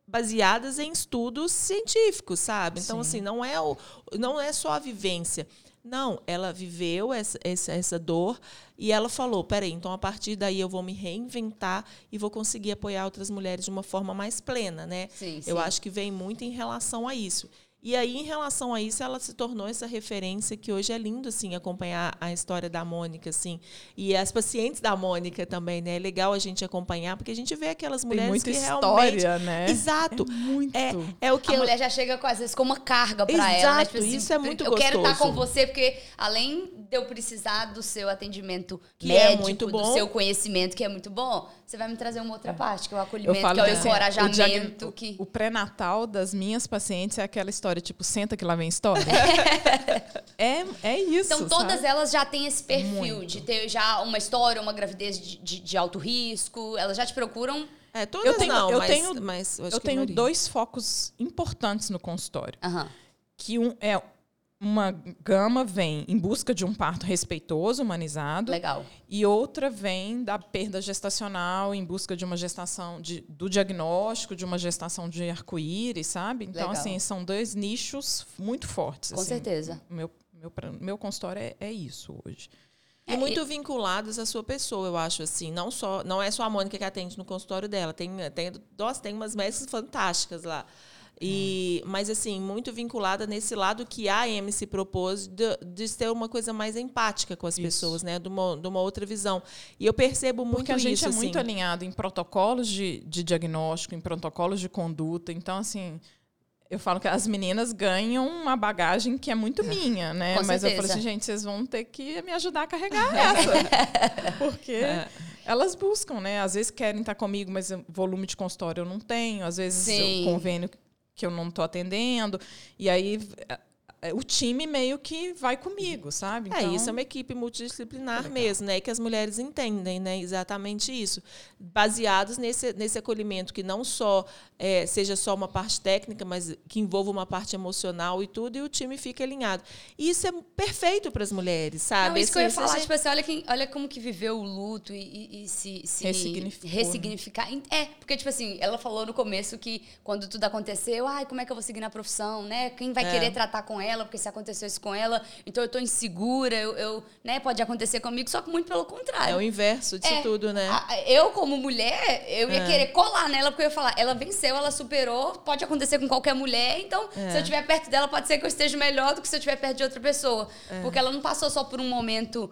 baseadas em estudos científicos, sabe? Então, Sim. assim, não é, o, não é só a vivência. Não, ela viveu essa, essa, essa dor e ela falou, peraí, então a partir daí eu vou me reinventar e vou conseguir apoiar outras mulheres de uma forma mais plena, né? Sim, eu sim. acho que vem muito em relação a isso. E aí, em relação a isso, ela se tornou essa referência que hoje é lindo, assim, acompanhar a história da Mônica, assim. E as pacientes da Mônica também, né? É legal a gente acompanhar, porque a gente vê aquelas mulheres Tem muita que história, realmente... né? Exato. É muito. É, é o que A eu... mulher já chega, com, às vezes, com uma carga para Exato, ela. Né? Tipo assim, isso é muito eu quero estar gostoso. com você, porque além de eu precisar do seu atendimento Que é médico, muito do bom. seu conhecimento, que é muito bom, você vai me trazer uma outra parte, que é o Eu acolhimento, falo que é o que, assim, encorajamento. o, diagn- que... o pré-natal das minhas pacientes é aquela história, tipo, senta que lá vem história. é, é isso, Então, todas sabe? elas já têm esse perfil Muito. de ter já uma história, uma gravidez de, de, de alto risco. Elas já te procuram. É, todas Eu tenho- não, eu mas, tenho- mas eu acho Eu que a tenho maioria. dois focos importantes no consultório. Aham. Que um é uma gama vem em busca de um parto respeitoso, humanizado. Legal. E outra vem da perda gestacional em busca de uma gestação, de, do diagnóstico de uma gestação de arco-íris, sabe? Então, Legal. assim, são dois nichos muito fortes. Com assim. certeza. Meu, meu, pra- meu consultório é, é isso hoje. E muito vinculados à sua pessoa, eu acho, assim. Não, só, não é só a Mônica que atende no consultório dela. Tem, tem, nossa, tem umas médicas fantásticas lá. E, mas, assim, muito vinculada nesse lado que a AME se propôs de, de ter uma coisa mais empática com as Isso. pessoas, né? De uma, de uma outra visão. E eu percebo muito Porque a gente isso, é assim. muito alinhado em protocolos de, de diagnóstico, em protocolos de conduta. Então, assim, eu falo que as meninas ganham uma bagagem que é muito minha, né? Com Mas eu certeza. falei assim, gente, vocês vão ter que me ajudar a carregar essa. Porque É. elas buscam, né? Às vezes querem estar comigo, mas o volume de consultório eu não tenho. Às vezes Sim. o convênio que eu não estou atendendo. E aí é, o time meio que vai comigo, sabe? É, Então, isso é uma equipe multidisciplinar mesmo, né? Que as mulheres entendem, né? Exatamente isso. Baseados nesse, nesse acolhimento que não só é, seja só uma parte técnica, mas que envolva uma parte emocional e tudo, e o time fica alinhado. E isso é perfeito para as mulheres, sabe? Não, isso que eu ia Assim, falar, seja- tipo assim, olha, quem, olha como que viveu o luto e, e- e se, se Ressignificou, ressignificar. É, porque, tipo assim, ela falou no começo que quando tudo aconteceu, ai, como é que eu vou seguir na profissão, né? Quem vai É. querer tratar com ela, porque se aconteceu isso com ela, então eu tô insegura, eu, eu, né, pode acontecer comigo, só que muito pelo contrário. É o inverso disso É, tudo, né? a- Eu, como mulher, eu ia É. querer colar nela, porque eu ia falar, ela venceu, ela superou, pode acontecer com qualquer mulher, então, É. se eu estiver perto dela, pode ser que eu esteja melhor do que se eu estiver perto de outra pessoa. É. Porque ela não passou só por um momento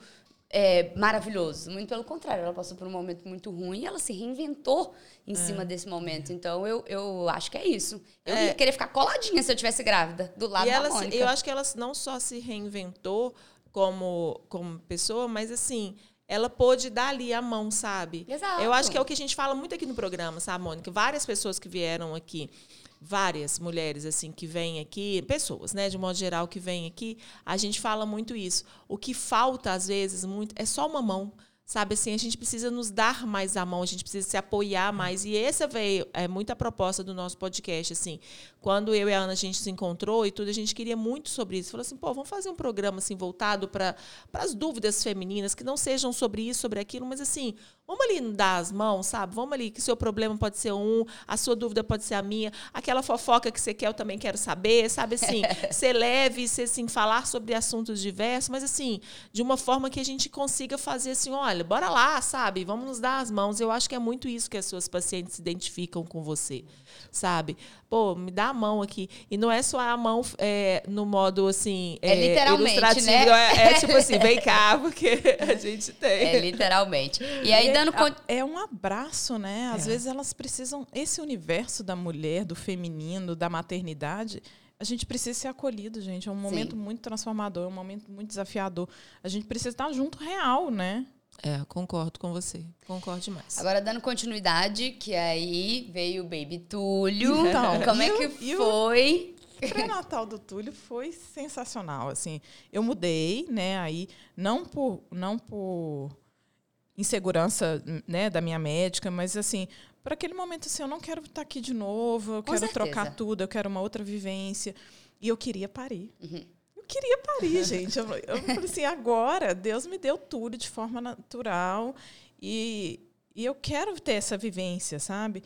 é, maravilhoso, muito pelo contrário, ela passou por um momento muito ruim e ela se reinventou em cima desse momento. Então, eu, eu acho que é isso. Eu É. ia querer ficar coladinha se eu estivesse grávida, do lado E da ela, se- Mônica. eu acho que ela não só se reinventou como, como pessoa, mas assim, ela pôde dar ali a mão, sabe? Exato. Eu acho que é o que a gente fala muito aqui no programa, sabe, Mônica? Várias pessoas que vieram aqui, várias mulheres assim que vêm aqui, pessoas, né, de modo geral que vêm aqui, a gente fala muito isso. O que falta às vezes muito é só uma mão. Sabe assim, a gente precisa nos dar mais a mão, a gente precisa se apoiar mais. E essa veio, é muito a proposta do nosso podcast, assim. Quando eu e a Ana, a gente se encontrou e tudo, a gente queria muito sobre isso. Falou assim, pô, vamos fazer um programa assim, voltado para as dúvidas femininas, que não sejam sobre isso, sobre aquilo, mas assim, vamos ali dar as mãos, sabe? Vamos ali, que o seu problema pode ser um, a sua dúvida pode ser a minha, aquela fofoca que você quer, eu também quero saber, sabe assim? Ser leve, ser assim, falar sobre assuntos diversos, mas assim, de uma forma que a gente consiga fazer assim, olha, bora lá, sabe? Vamos nos dar as mãos. Eu acho que é muito isso que as suas pacientes se identificam com você, sabe? Pô, me dá a mão aqui. E não é só a mão é, no modo, assim, É literalmente, ilustrativo. né? É, é tipo assim, vem cá, porque a gente tem. É, literalmente. E aí, é, dando... con- é um abraço, né? Às É. vezes elas precisam... Esse universo da mulher, do feminino, da maternidade... A gente precisa ser acolhido, gente. É um momento muito transformador, é um momento muito desafiador. A gente precisa estar junto real, né? É, concordo com você. Concordo demais. Agora, dando continuidade, que aí veio o Baby Túlio. Então, Como e é o- que e o- foi? O pré-natal do Túlio foi sensacional. Assim, eu mudei, né? Aí, não por, não por insegurança, né, da minha médica, mas assim, por aquele momento assim, eu não quero estar aqui de novo, eu Com quero certeza. trocar tudo, eu quero uma outra vivência. E eu queria parir. Uhum. Eu queria parir, gente. Eu, eu falei assim, agora Deus me deu tudo de forma natural e, e eu quero ter essa vivência, sabe?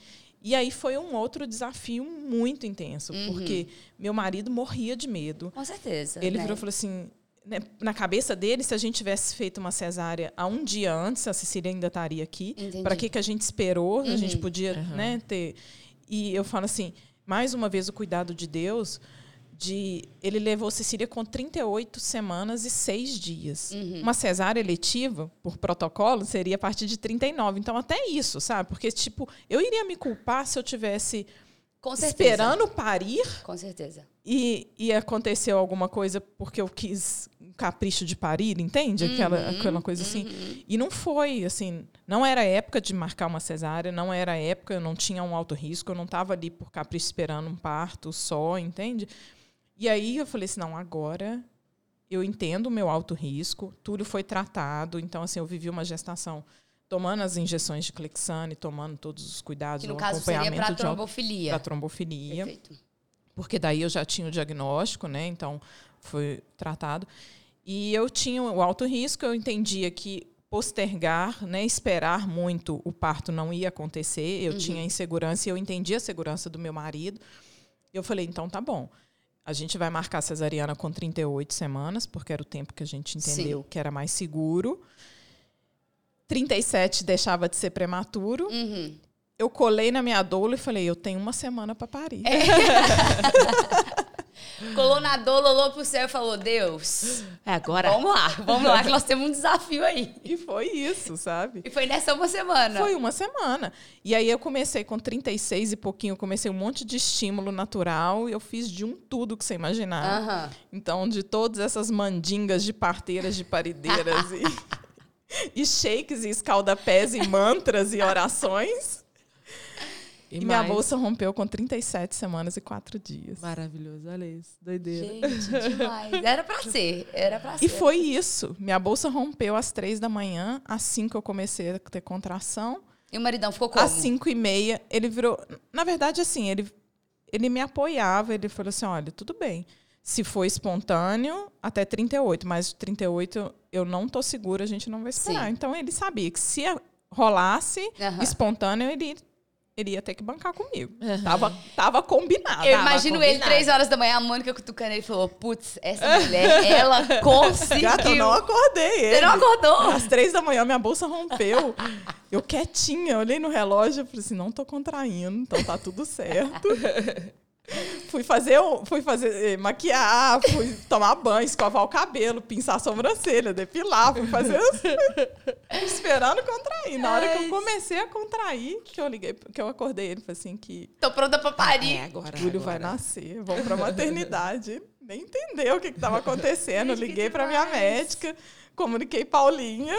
E aí foi um outro desafio muito intenso, Uhum. porque meu marido morria de medo. Com certeza. Ele né? virou e falou assim, né, na cabeça dele, se a gente tivesse feito uma cesárea há um dia antes, a Cecília ainda estaria aqui. Entendi. Para que, que a gente esperou? Uhum. A gente podia Uhum. né, ter... E eu falo assim, mais uma vez o cuidado de Deus, de ele levou Cecília com trinta e oito semanas e seis dias. Uhum. Uma cesárea eletiva, por protocolo, seria a partir de trinta e nove. Então, até isso, sabe? Porque, tipo, eu iria me culpar se eu tivesse Com certeza. esperando parir Com certeza. e, e aconteceu alguma coisa porque eu quis um capricho de parir, entende? Aquela, Uhum, aquela coisa assim. uhum. E não foi, assim, não era época de marcar uma cesárea, não era época, eu não tinha um alto risco, eu não estava ali por capricho esperando um parto só, entende? E aí eu falei assim, não, agora eu entendo o meu alto risco, tudo foi tratado, então assim, eu vivi uma gestação tomando as injeções de Clexane, tomando todos os cuidados, Que no o caso seria acompanhamento para de al- trombofilia. da trombofilia, Perfeito. porque daí eu já tinha o diagnóstico, né? Então foi tratado. E eu tinha o alto risco, eu entendia que postergar, né, esperar muito o parto não ia acontecer, eu Uhum. tinha insegurança e eu entendia a segurança do meu marido. Eu falei, então tá bom. A gente vai marcar a cesariana com trinta e oito semanas, porque era o tempo que a gente entendeu Sim. que era mais seguro. trinta e sete deixava de ser prematuro. Uhum. Eu colei na minha doula e falei, eu tenho uma semana para parir. Colou na doula, olhou pro céu e falou, Deus, É agora. vamos lá, vamos lá, que nós temos um desafio aí. E foi isso, sabe? E foi nessa uma semana. Foi uma semana. E aí eu comecei com trinta e seis e pouquinho, eu comecei um monte de estímulo natural e eu fiz de um tudo que você imaginar. Aham. Então, de todas essas mandingas de parteiras, de parideiras e, e shakes e escaldapés e mantras e orações. E, minha mais- bolsa rompeu com trinta e sete semanas e quatro dias. Maravilhoso, olha isso. Doideira. Gente, demais. Era pra ser, era pra ser. E foi isso. Minha bolsa rompeu às três da manhã, às cinco eu comecei a ter contração. E o maridão ficou como? Às cinco e meia, ele virou... Na verdade, assim, ele, ele me apoiava. Ele falou assim, olha, tudo bem. Se for espontâneo, até trinta e oito. Mas trinta e oito eu não tô segura, a gente não vai esperar. Sim. Então, ele sabia que se rolasse Aham. espontâneo, ele, ele ia ter que bancar comigo. Aham. Tava, tava combinado. Eu tava imagino ele, combinado. três horas da manhã, a Mônica cutucando ele e falou, putz, essa mulher, ela conseguiu. Gata, eu não acordei ele. Você não acordou? Às três da manhã, minha bolsa rompeu. Eu quietinha, olhei no relógio e falei assim, não tô contraindo, então tá tudo certo. Fui fazer, o- fui fazer eh, maquiar, fui tomar banho, escovar o cabelo, pinçar a sobrancelha, depilar, fui fazer as- esperando contrair. Na hora que eu comecei a contrair, que eu liguei, que eu acordei ele, falei assim que Tô pronta pra parir. É, agora. Júlio agora. vai nascer, vamos pra maternidade. Nem entendeu o que estava acontecendo. Gente, que Liguei pra minha demais. médica, comuniquei Paulinha,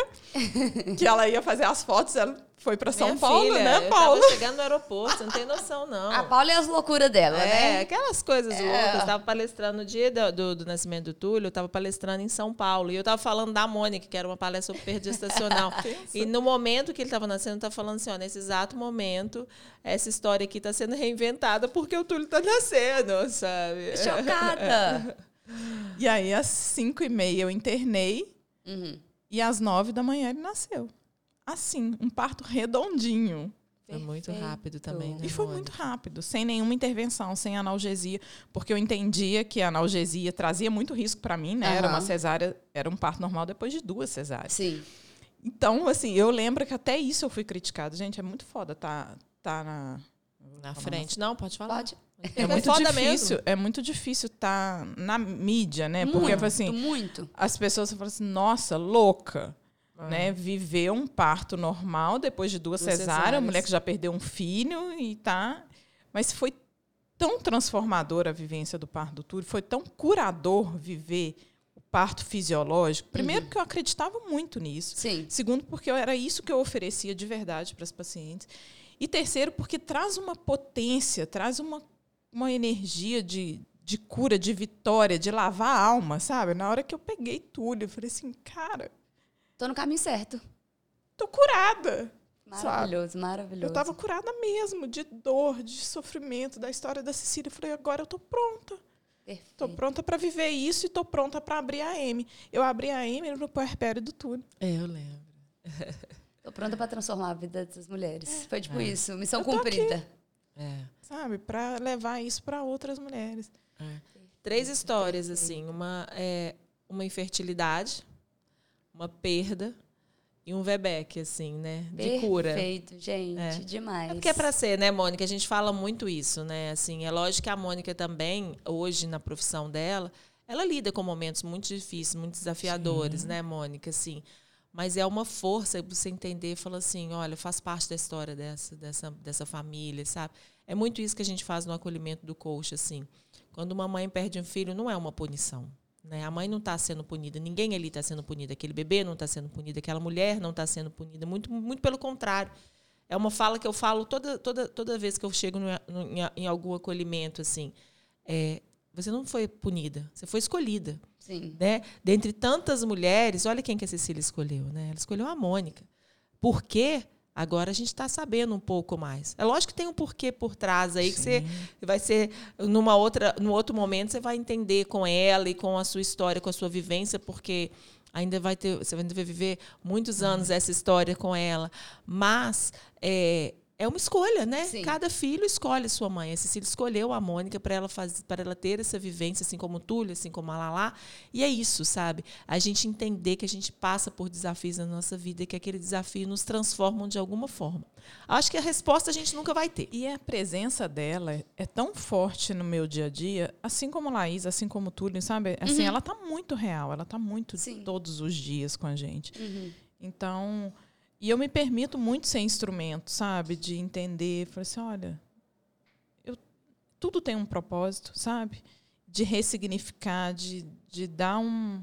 que ela ia fazer as fotos, ela foi pra São Minha Paulo, filha, né, eu Paula? tava chegando no aeroporto, você não tem noção, não. A Paula é as loucuras dela, É, né? aquelas coisas É. loucas. Eu tava palestrando no dia do, do, do nascimento do Túlio, eu tava palestrando em São Paulo. E eu tava falando da Mônica, que era uma palestra super gestacional. E no momento que ele tava nascendo, eu tava falando assim, ó, nesse exato momento, essa história aqui tá sendo reinventada porque o Túlio tá nascendo, sabe? Chocada. E aí, às cinco e meia, eu internei Uhum. e às nove da manhã ele nasceu. Assim, um parto redondinho. Foi muito Perfeito. rápido também, né, E foi Mônica? muito rápido, sem nenhuma intervenção, sem analgesia, porque eu entendia que a analgesia trazia muito risco para mim, né? Era Aham. uma cesárea, era um parto normal depois de duas cesáreas. Sim. Então, assim, eu lembro que até isso eu fui criticada. Gente, é muito foda tá, tá na... Na frente. Não, pode falar. Pode. É muito foda difícil, mesmo. é muito difícil estar na mídia, né? Porque, Muito, assim, muito. as pessoas falam assim, nossa, louca, Ah. né? Viver um parto normal depois de duas, Duas cesáreas, cesáreas. mulher que já perdeu um filho e tá... Mas foi tão transformadora a vivência do parto do Túlio, foi tão curador viver o parto fisiológico. Primeiro, porque eu acreditava muito nisso. Sim. Segundo, porque eu- era isso que eu oferecia de verdade para as pacientes. E terceiro, porque traz uma potência, traz uma, uma energia de, de cura, de vitória, de lavar a alma, sabe? Na hora que eu peguei Túlio, eu falei assim, cara, Tô no caminho certo. tô curada. Maravilhoso, maravilhoso. Eu tava curada mesmo, de dor, de sofrimento, da história da Cecília. Eu falei, agora eu tô pronta. Perfeito. Tô pronta para viver isso e tô pronta para abrir a M. Eu abri a M no puerpério do Túlio. É, eu lembro. Tô pronta pra transformar a vida dessas mulheres. Foi tipo É. isso, missão Eu tô cumprida. É. Sabe? Para levar isso para outras mulheres. É. Três histórias, assim. Uma, é, uma infertilidade, uma perda e um VBEC, assim, né? De Perfeito, cura. Perfeito, gente. É. Demais. É porque é para ser, né, Mônica? A gente fala muito isso, né? Assim, é lógico que a Mônica também, hoje, na profissão dela, ela lida com momentos muito difíceis, muito desafiadores, Sim. né, Mônica? Assim, mas é uma força você entender e falar assim, olha, faz parte da história dessa, dessa, dessa família, sabe? É muito isso que a gente faz no acolhimento do coach, assim. Quando uma mãe perde um filho, não é uma punição. Né? A mãe não está sendo punida, ninguém ali está sendo punido, aquele bebê não está sendo punido, aquela mulher não está sendo punida, muito, muito pelo contrário. É uma fala que eu falo toda, toda, toda vez que eu chego no, no, em, em algum acolhimento, assim, é, você não foi punida, você foi escolhida. Sim. Né? Dentre tantas mulheres, olha quem que a Cecília escolheu. Né? Ela escolheu a Mônica. Por quê? Agora a gente está sabendo um pouco mais. É lógico que tem um porquê por trás aí, Sim. que você vai ser, numa outra, num outro momento, você vai entender com ela e com a sua história, com a sua vivência, porque ainda vai ter, você ainda vai viver muitos anos essa história com ela. Mas é, é uma escolha, né? Sim. Cada filho escolhe a sua mãe. A Cecília escolheu a Mônica para ela, para ela ter essa vivência, assim como o Túlio, assim como a Lalá. E é isso, sabe? A gente entender que a gente passa por desafios na nossa vida e que aquele desafio nos transforma de alguma forma. Acho que a resposta a gente nunca vai ter. E a presença dela é tão forte no meu dia a dia, assim como a Laís, assim como o Túlio, sabe? Assim, uhum. ela está muito real, ela está muito Sim. todos os dias com a gente. Uhum. Então... E eu me permito muito ser instrumento, sabe? De entender, falar assim, olha, eu, tudo tem um propósito, sabe? De ressignificar, de, de dar um...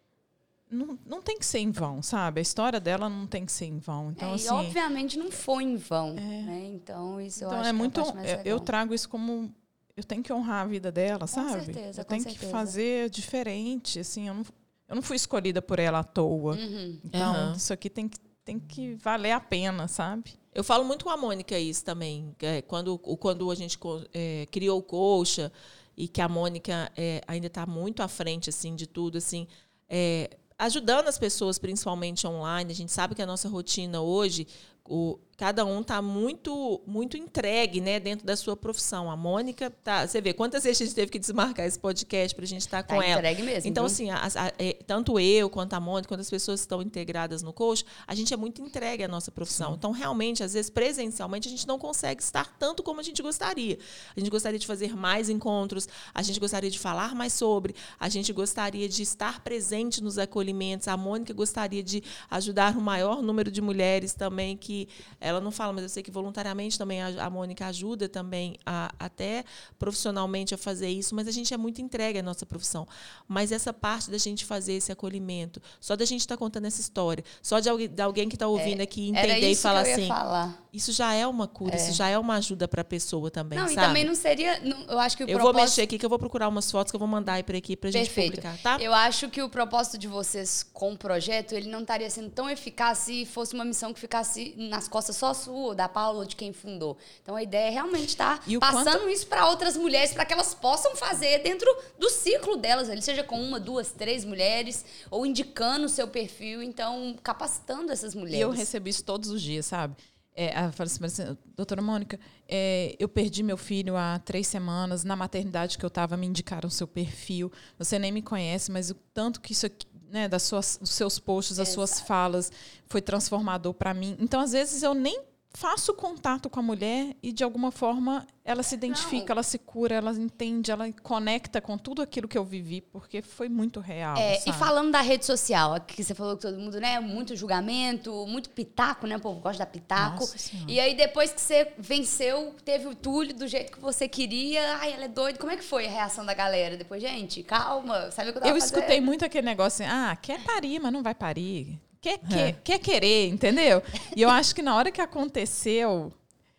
Não, não tem que ser em vão, sabe? A história dela não tem que ser em vão. Então, é, assim, e obviamente não foi em vão. É, né? Então, isso então eu acho é muito, que é a parte mais legal. Eu trago isso como... Eu tenho que honrar a vida dela, com sabe? Certeza, eu com tenho certeza. que fazer diferente. Assim, eu, não, eu não fui escolhida por ela à toa. Uhum. Então, uhum. isso aqui tem que tem que valer a pena, sabe? Eu falo muito com a Mônica isso também. É, quando, quando a gente é, criou o Coxa e que a Mônica é, ainda está muito à frente assim, de tudo, assim, é, ajudando as pessoas, principalmente online. A gente sabe que a nossa rotina hoje, o, cada um está muito, muito entregue, né, dentro da sua profissão. A Mônica, tá, você vê quantas vezes a gente teve que desmarcar esse podcast para a gente estar tá com tá ela. Entregue mesmo. Então, viu? assim, a, a, é, tanto eu quanto a Mônica, quando as pessoas estão integradas no coach, a gente é muito entregue à nossa profissão. Sim. Então, realmente, às vezes, presencialmente, a gente não consegue estar tanto como a gente gostaria. A gente gostaria de fazer mais encontros, a gente gostaria de falar mais sobre, a gente gostaria de estar presente nos acolhimentos. A Mônica gostaria de ajudar o maior número de mulheres também, que ela não fala, mas eu sei que voluntariamente também a, a Mônica ajuda também, a, até profissionalmente, a fazer isso, mas a gente é muito entregue à nossa profissão. Mas essa parte da gente fazer esse acolhimento, só da gente estar tá contando essa história, só de alguém, de alguém que está ouvindo é, aqui entender e falar assim, falar. Isso já é uma cura, é. isso já é uma ajuda para a pessoa também, não, sabe? E também não seria, não, eu acho que o eu propósito... vou mexer aqui, que eu vou procurar umas fotos que eu vou mandar aí para aqui para a gente publicar, tá? Eu acho que o propósito de vocês com o projeto, ele não estaria sendo tão eficaz se fosse uma missão que ficasse nas costas só sua, da Paula, ou de quem fundou. Então, a ideia é realmente estar tá passando quanto... isso para outras mulheres, para que elas possam fazer dentro do ciclo delas, ele seja com uma, duas, três mulheres, ou indicando o seu perfil, então, capacitando essas mulheres. E eu recebo isso todos os dias, sabe? É, ela fala assim, doutora Mônica, é, eu perdi meu filho há três semanas, na maternidade que eu estava, me indicaram o seu perfil, você nem me conhece, mas o tanto que isso aqui, né, das suas, dos seus posts, das suas falas, foi transformador para mim. Então, às vezes, eu nem faço contato com a mulher e, de alguma forma, ela se identifica, Não. ela se cura, ela entende, ela conecta com tudo aquilo que eu vivi, porque foi muito real. É, sabe? E falando da rede social, que você falou que todo mundo, né, muito julgamento, muito pitaco, né, o povo gosta da pitaco. E aí, depois que você venceu, teve o Túlio do jeito que você queria, ai, ela é doida. Como é que foi a reação da galera? Depois, gente, calma, sabe o que eu tava Eu fazendo? escutei muito aquele negócio assim, ah, quer parir, mas não vai parir. Quer, quer, é. quer querer, entendeu? E eu acho que na hora que aconteceu,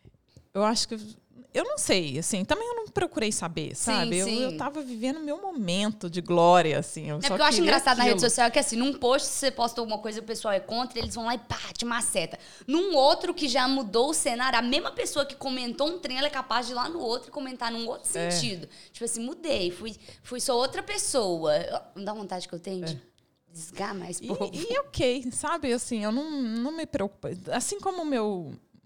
eu acho que... Eu não sei, assim, também eu não procurei saber, sabe? Sim, sim. Eu, eu tava vivendo o meu momento de glória, assim. Eu é só porque eu acho engraçado aquilo. Na rede social que, assim, num post, se você posta alguma coisa e o pessoal é contra, eles vão lá e pá, te maceta. Num outro que já mudou o cenário, a mesma pessoa que comentou um trem, ela é capaz de ir lá no outro e comentar num outro é. sentido. Tipo assim, mudei, fui, fui só outra pessoa. Não dá vontade que eu tenho de... É. Desgar mais povo. E, e ok, sabe? Assim, eu não, não me preocupo. Assim como o meu,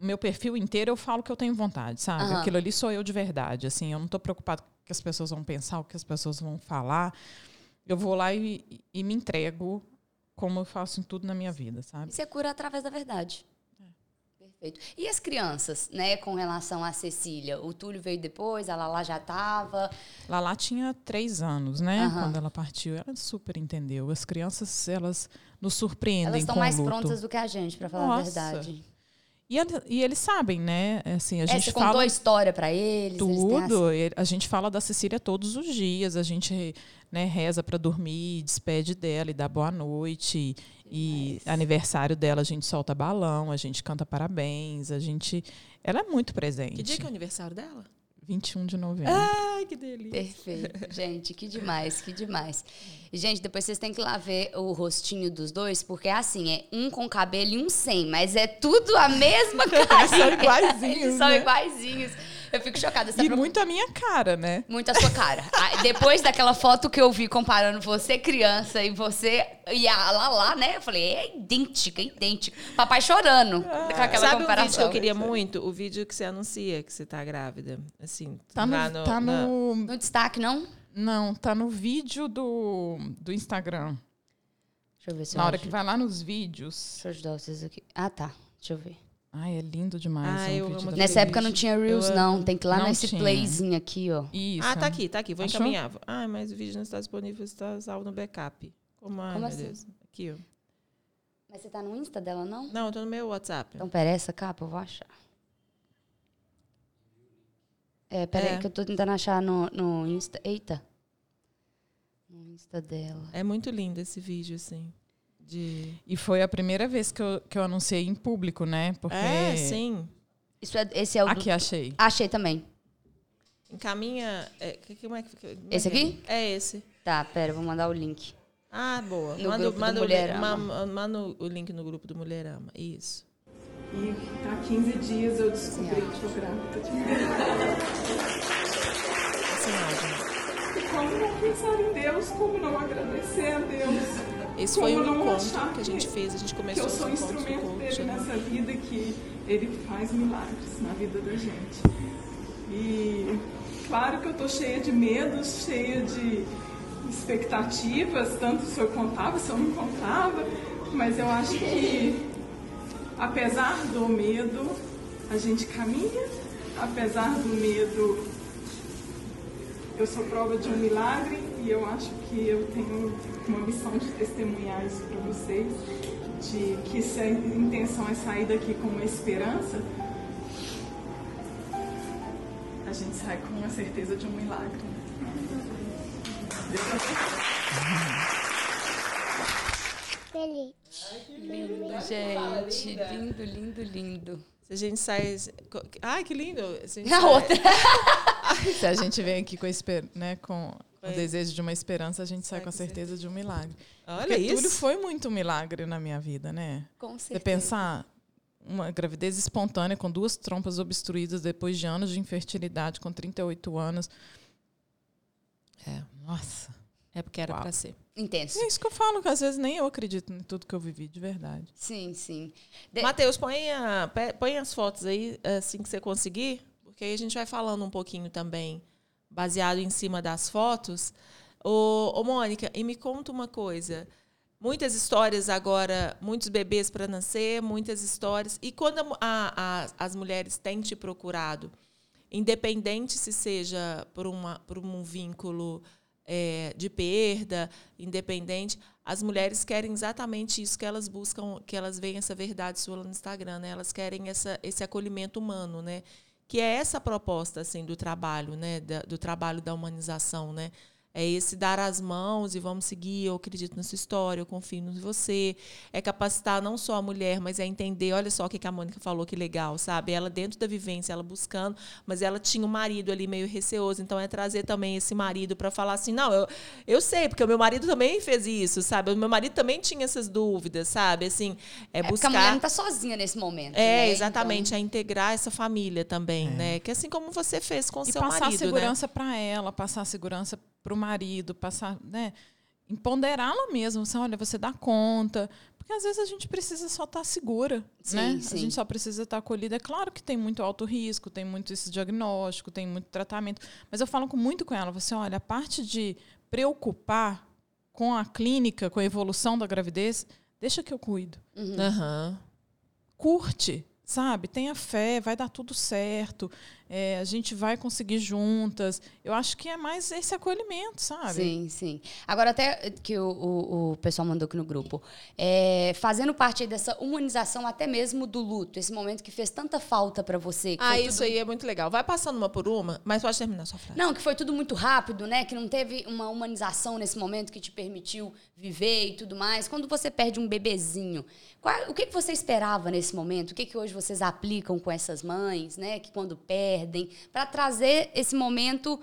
meu perfil inteiro eu falo que eu tenho vontade, sabe? Uhum. Aquilo ali sou eu de verdade. Assim, eu não estou preocupada com o que as pessoas vão pensar, o que as pessoas vão falar. Eu vou lá e, e me entrego como eu faço em tudo na minha vida, sabe? E você cura através da verdade. Perfeito. E as crianças, né, com relação à Cecília? O Túlio veio depois, a Lala já estava. Lala tinha três anos, né? Uhum. Quando ela partiu, ela super entendeu. As crianças, elas nos surpreendem Elas estão com o mais luto. prontas do que a gente, para falar Nossa. a verdade. E, ela- e eles sabem, né? Assim, a É, gente você fala contou a história para eles? eles têm tudo. as- e A gente fala da Cecília todos os dias. A gente, né, reza para dormir, despede dela e dá boa noite. E Demais. aniversário dela, a gente solta balão, a gente canta parabéns. A gente, ela é muito presente. Que dia que é o aniversário dela? vinte e um de novembro. Ai, que delícia. Perfeito. Gente, que demais, que demais. E, gente, depois vocês têm que ir lá ver o rostinho dos dois, porque é assim, é um com cabelo e um sem, mas é tudo a mesma cara. São iguaizinhos, Eles são né? iguaizinhos. Eu fico chocada. Você E pro- muito a minha cara, né? Muito a sua cara. Ah, depois daquela foto que eu vi comparando você criança e você e a Lala, né? Eu falei, é idêntica, idêntica. Papai chorando com aquela Sabe um comparação. vídeo que eu queria muito? O vídeo que você anuncia que você tá grávida. Assim, Tá no, lá no, tá na- no No destaque, não? não, tá no vídeo do, do Instagram. Deixa eu ver se Na eu hora acho. que vai lá nos vídeos. Deixa eu ajudar vocês aqui. Ah, tá. Deixa eu ver. Ai, é lindo demais. Ah, o eu vídeo amo da Nessa Aquele época não vídeo. tinha Reels, Eu não. Tem que ir lá Não nesse tinha. playzinho aqui, ó. Isso. Ah, tá aqui, tá aqui. Vou Achou? encaminhar. Ah, mas o vídeo não está disponível, está salvo no backup. Como, ai, Como meu assim? Deus. Aqui, ó. Mas você tá no Insta dela, não? Não, eu tô no meu WhatsApp. Então, pera, essa capa eu vou achar. É, pera É. aí que eu tô tentando achar no, no Insta. Eita. No Insta dela. É muito lindo esse vídeo, assim. De... E foi a primeira vez que eu, que eu anunciei em público, né? Porque... É, sim. Isso é, esse é o do... Aqui, achei. Achei também. Encaminha. É, que- como é que- como é Esse que é? aqui? É esse. Tá, pera, eu vou mandar o link. Ah, boa. No manda grupo do manda, o, li- Mulherama. ma- manda o link no grupo do Mulherama. Isso. E há quinze dias eu descobri que estou grávida de mim. Sem áudio. E como não pensar em Deus, como não agradecer a Deus. Esse Como foi um não encontro achar que a gente fez. A gente Que começou eu sou os encontros do instrumento coach, dele né? nessa vida, que ele faz milagres na vida da gente. E claro que eu estou cheia de medos, cheia de expectativas, tanto se eu contava, se eu não contava, mas eu acho que apesar do medo, a gente caminha, apesar do medo, eu sou prova de um milagre e eu acho que eu tenho uma missão de testemunhar isso para vocês, de que se a intenção é sair daqui com uma esperança, a gente sai com a certeza de um milagre. Feliz. Lindo, gente. Lindo, lindo, lindo. Se a gente sai. Ai, que lindo! Se a gente A sai- outra. Se a gente vem aqui com, a esper- né, com o É. desejo de uma esperança, a gente sai Sai com a com certeza de um milagre. Olha Porque isso. Túlio foi muito um milagre na minha vida, né? Com Você certeza. pensar uma gravidez espontânea com duas trompas obstruídas depois de anos de infertilidade, com trinta e oito anos. É. Nossa. É porque era Uau. pra ser. Intenso. É isso que eu falo, que às vezes nem eu acredito em tudo que eu vivi, de verdade. Sim, sim. De- Matheus, põe, a- pe- põe as fotos aí, assim que você conseguir, porque aí a gente vai falando um pouquinho também, baseado em cima das fotos. Ô, ô Mônica, e me conta uma coisa. Muitas histórias agora, muitos bebês para nascer, muitas histórias. E quando a, a, a- as mulheres têm te procurado, independente se seja por, uma, por um vínculo é, de perda, independente, as mulheres querem exatamente isso que elas buscam, que elas veem essa verdade sua lá no Instagram, né? Elas querem essa, esse acolhimento humano, né? Que é essa proposta assim do trabalho, né? Da, do trabalho da humanização, né? É esse dar as mãos e vamos seguir, eu acredito na sua história, eu confio em você. É capacitar não só a mulher, mas é entender, olha só o que a Mônica falou, que legal, sabe? Ela dentro da vivência, ela buscando, mas ela tinha um marido ali meio receoso, então é trazer também esse marido para falar assim, não, eu, eu sei, porque o meu marido também fez isso, sabe? O meu marido também tinha essas dúvidas, sabe? Assim, é, É porque buscar... a mulher não tá sozinha nesse momento. É, né? exatamente, Então, é integrar essa família também, né? Que assim como você fez com o E seu passar marido, segurança para ela, passar segurança para o marido, passar, né, empoderá-la mesmo. Assim, olha, você dá conta. Porque Porque às vezes a gente precisa só estar segura, Sim, né? sim. A gente só precisa estar acolhida. É claro que tem muito alto risco, tem muito esse diagnóstico, tem muito tratamento. Mas eu falo com, muito com ela, assim, olha, a parte de preocupar com a clínica, com a evolução da gravidez, deixa que eu cuido. Uhum. Aham. Curte, sabe? Tenha fé, vai dar tudo certo. É, a gente vai conseguir juntas. Eu acho que é mais esse acolhimento, sabe? Sim, sim. Agora, até que o, o, o pessoal mandou aqui no grupo, é, fazendo parte aí dessa humanização até mesmo do luto, esse momento que fez tanta falta pra você. Que Ah, foi isso tudo... aí é muito legal. Vai passando uma por uma, mas pode terminar a sua frase. Não, que foi tudo muito rápido, né? Que não teve uma humanização nesse momento que te permitiu viver e tudo mais. Quando você perde um bebezinho, qual, o que, que você esperava nesse momento? O que, que hoje vocês aplicam com essas mães, né? Que quando perdem, para trazer esse momento,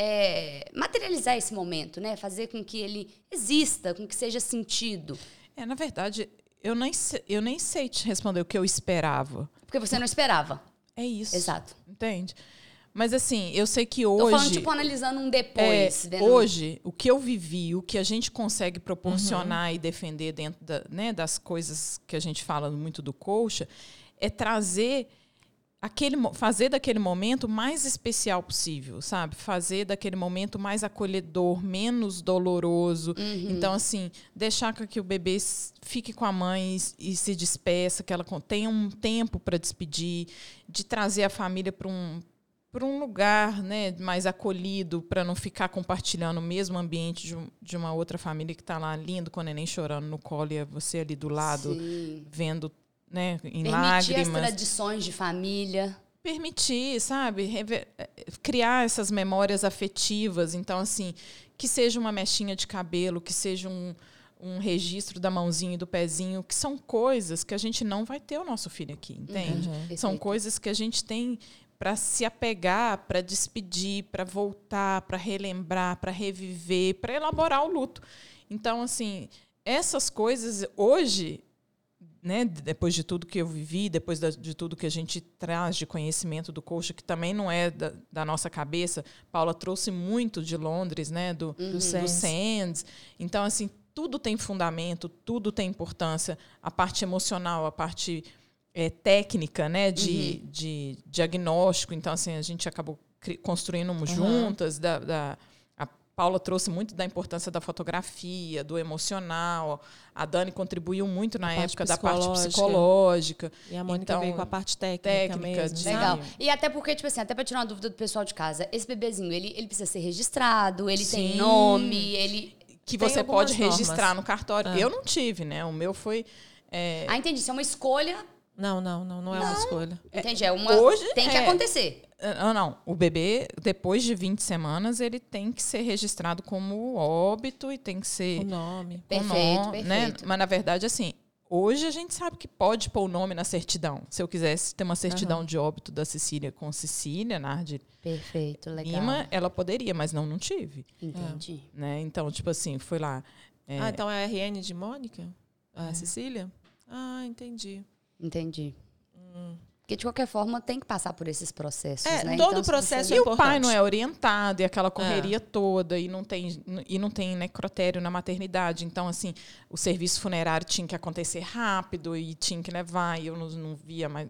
é, materializar esse momento, né? Fazer com que ele exista, com que seja sentido. É, na verdade, eu nem, sei, eu nem sei te responder o que eu esperava. Porque você não esperava. É isso. Exato. Entende? Mas assim, eu sei que hoje... Tô falando, tipo, analisando um depois. É, vendo... Hoje, o que eu vivi, o que a gente consegue proporcionar uhum. e defender dentro da, né, das coisas que a gente fala muito do Colcha, é trazer... Aquele, fazer daquele momento mais especial possível, sabe? Fazer daquele momento mais acolhedor, menos doloroso. Uhum. Então, assim, deixar que o bebê fique com a mãe e, e se despeça, que ela tenha um tempo para despedir, de trazer a família para um, para um lugar, né, mais acolhido, para não ficar compartilhando o mesmo ambiente de, um, de uma outra família que está lá lindo, com o neném chorando no colo e você ali do lado, Sim. vendo... Né, em Permitir lágrimas. as tradições de família. Permitir, sabe? Rever, criar essas memórias afetivas. Então, assim, que seja uma mechinha de cabelo, que seja um, um registro da mãozinha e do pezinho, que são coisas que a gente não vai ter o nosso filho aqui, entende? Uhum. São coisas que a gente tem para se apegar, para despedir, para voltar, para relembrar, para reviver, para elaborar o luto. Então, assim, essas coisas hoje... Né, depois de tudo que eu vivi, depois da, de tudo que a gente traz de conhecimento do Colcha, que também não é da, da nossa cabeça, Paula trouxe muito de Londres, né, do, Uhum. do SANDS. Então, assim, tudo tem fundamento, tudo tem importância. A parte emocional, a parte é, técnica, né, de, uhum. de diagnóstico. Então, assim, a gente acabou construindo uhum. juntas, da, da Paula trouxe muito da importância da fotografia, do emocional. A Dani contribuiu muito na a época da parte psicológica. E a Mônica então, veio com a parte técnica, técnica mesmo. Legal. E até porque, tipo assim, até para tirar uma dúvida do pessoal de casa, esse bebezinho, ele, ele precisa ser registrado, ele Sim. tem nome, ele... Que você pode normas. registrar no cartório. Ah. Eu não tive, né? O meu foi... É... Ah, entendi. Isso é uma escolha... Não, não, não, não é não. uma escolha. Entendi. É uma... Hoje tem que é... acontecer. Não, não. O bebê, depois de vinte semanas, ele tem que ser registrado como óbito e tem que ser... O nome. Perfeito, nome, perfeito. Né? Mas, na verdade, assim, hoje a gente sabe que pode pôr o nome na certidão. Se eu quisesse ter uma certidão uhum. de óbito da Cecília com Cecília Nardi Perfeito, legal. Lima, ela poderia, mas não, não tive. Entendi. É. Né? Então, tipo assim, foi lá... É... Ah, então é a R N de Mônica? A é. Cecília? Ah, entendi. Entendi. Hum. Porque, de qualquer forma, tem que passar por esses processos, é, né? Todo então, o processo você... é e importante. E o pai não é orientado, e aquela correria é. toda, e não tem, e não tem necrotério na maternidade. Então, assim, o serviço funerário tinha que acontecer rápido, e tinha que levar, e eu não, não via mais...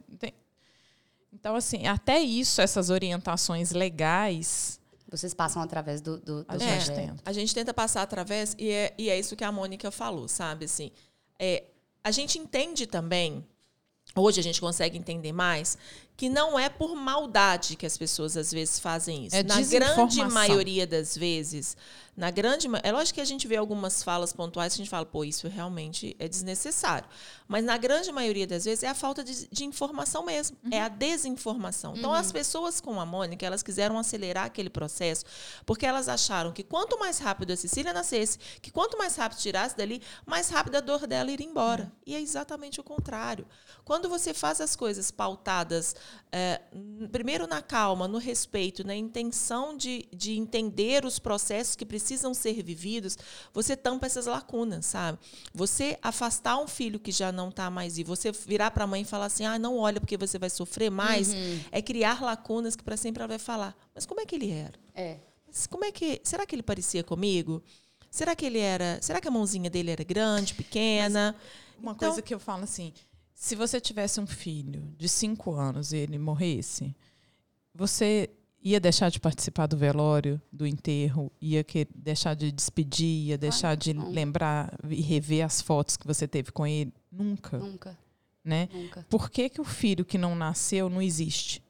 Então, assim, até isso, essas orientações legais... Vocês passam através do... do, do a gente é, tenta. A gente tenta passar através, e é, e é isso que a Mônica falou, sabe? Assim, é, a gente entende também... Hoje a gente consegue entender mais que não é por maldade que as pessoas às vezes fazem isso. É na grande maioria das vezes, na grande, é lógico que a gente vê algumas falas pontuais que a gente fala, pô, isso realmente é desnecessário. Mas na grande maioria das vezes é a falta de, de informação mesmo, uhum. é a desinformação. Então uhum. as pessoas como a Mônica, elas quiseram acelerar aquele processo porque elas acharam que quanto mais rápido a Cecília nascesse, que quanto mais rápido tirasse dali, mais rápido a dor dela iria embora. Uhum. E é exatamente o contrário. Quando você faz as coisas pautadas, é, primeiro na calma, no respeito, na intenção de, de entender os processos que precisam ser vividos, você tampa essas lacunas, sabe? Você afastar um filho que já não está mais e você virar para a mãe e falar assim, ah, não olha porque você vai sofrer mais, uhum. é criar lacunas que para sempre ela vai falar, mas como é que ele era? É. Mas como é que, será que ele parecia comigo? Será que ele era, será que a mãozinha dele era grande, pequena? Mas... Uma Então- coisa que eu falo assim, se você tivesse um filho de cinco anos e ele morresse, você ia deixar de participar do velório, do enterro, ia que, deixar de despedir, ia deixar de não. lembrar e rever as fotos que você teve com ele? Nunca, Nunca, né? nunca. Por que que o filho que não nasceu não existe?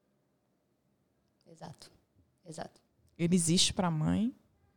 Exato, exato. Ele existe para a mãe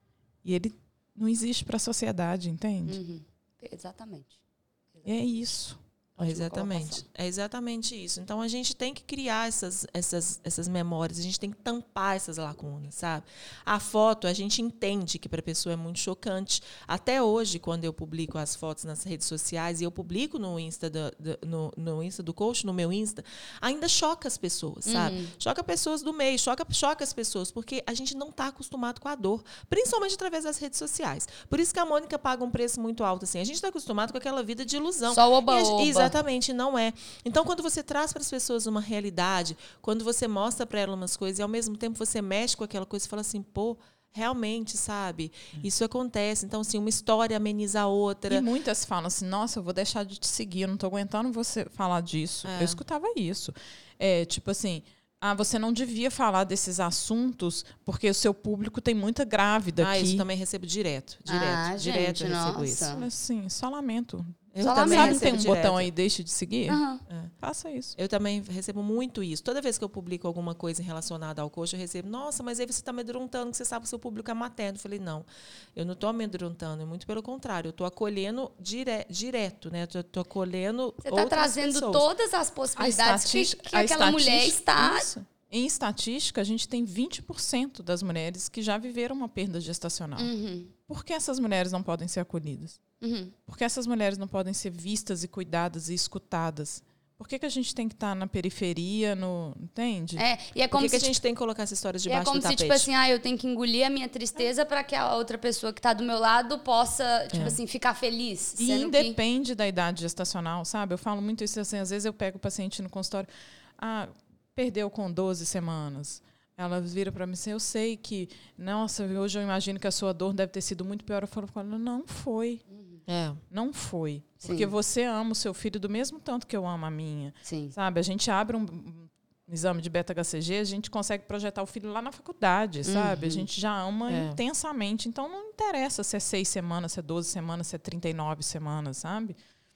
e ele não existe para a sociedade, entende? Uhum. Exatamente. E é isso. Ótima Exatamente. colocação. É exatamente isso. Então a gente tem que criar essas, essas, essas memórias, a gente tem que tampar essas lacunas, sabe? A foto, a gente entende que para a pessoa é muito chocante. Até hoje, quando eu publico as fotos nas redes sociais, e eu publico no Insta do, do- no, no Insta do coach, no meu Insta, ainda choca as pessoas, sabe? Uhum. Choca pessoas do meio, choca, choca as pessoas, porque a gente não está acostumado com a dor, principalmente através das redes sociais. Por isso que a Mônica paga um preço muito alto. Assim. A gente está acostumado com aquela vida de ilusão. Só o E a oba-oba. gente- Exatamente, não é. Então, quando você traz para as pessoas uma realidade, quando você mostra para elas umas coisas e, ao mesmo tempo, você mexe com aquela coisa e fala assim, pô, realmente, sabe? Isso acontece. Então, assim, uma história ameniza a outra. E muitas falam assim, nossa, eu vou deixar de te seguir, eu não estou aguentando você falar disso. É. Eu escutava isso. É, tipo assim, ah, você não devia falar desses assuntos porque o seu público tem muita grávida Ah, aqui. isso também recebo direto. Direto, Ah, direto gente, eu recebo nossa. isso. Eu falei assim, só lamento. Eu Só também Sabe, lamento. tem um recebo botão direto. aí, deixe de seguir? Aham. Faça isso. Eu também recebo muito isso. Toda vez que eu publico alguma coisa relacionada ao coach, eu recebo, nossa, mas aí você está amedrontando, que você sabe que o seu público é materno. Eu falei, não, eu não estou amedrontando, muito pelo contrário, eu estou acolhendo dire, direto, né? Eu estou acolhendo Você está outras trazendo pessoas. todas as possibilidades que, que a aquela mulher estatística- está. isso. Em estatística, a gente tem vinte por cento das mulheres que já viveram uma perda gestacional. Uhum, Por que essas mulheres não podem ser acolhidas? uhum. Por que essas mulheres não podem ser vistas e cuidadas e escutadas? Por que, que a gente tem que estar na periferia, no, entende? É, e é Por como que, que se, a gente tem que colocar essa história e é debaixo como do se tapete? tipo assim, ah, eu tenho que engolir a minha tristeza para que a outra pessoa que está do meu lado possa, tipo É. assim, ficar feliz. E sendo que... independe da idade gestacional, sabe? Eu falo muito isso assim, às vezes eu pego o paciente no consultório, ah, perdeu com doze semanas. Ela vira para mim assim, eu sei que, nossa, hoje eu imagino que a sua dor deve ter sido muito pior. Eu falo com ela, não foi. É. Não foi. Sim. Porque você ama o seu filho do mesmo tanto que eu amo a minha. Sim. Sabe? A gente abre um um exame de beta-H C G, a gente consegue projetar o filho lá na faculdade, sabe? A gente já ama É. intensamente. Então, não interessa se é seis semanas, se é doze semanas, se é trinta e nove semanas, sabe?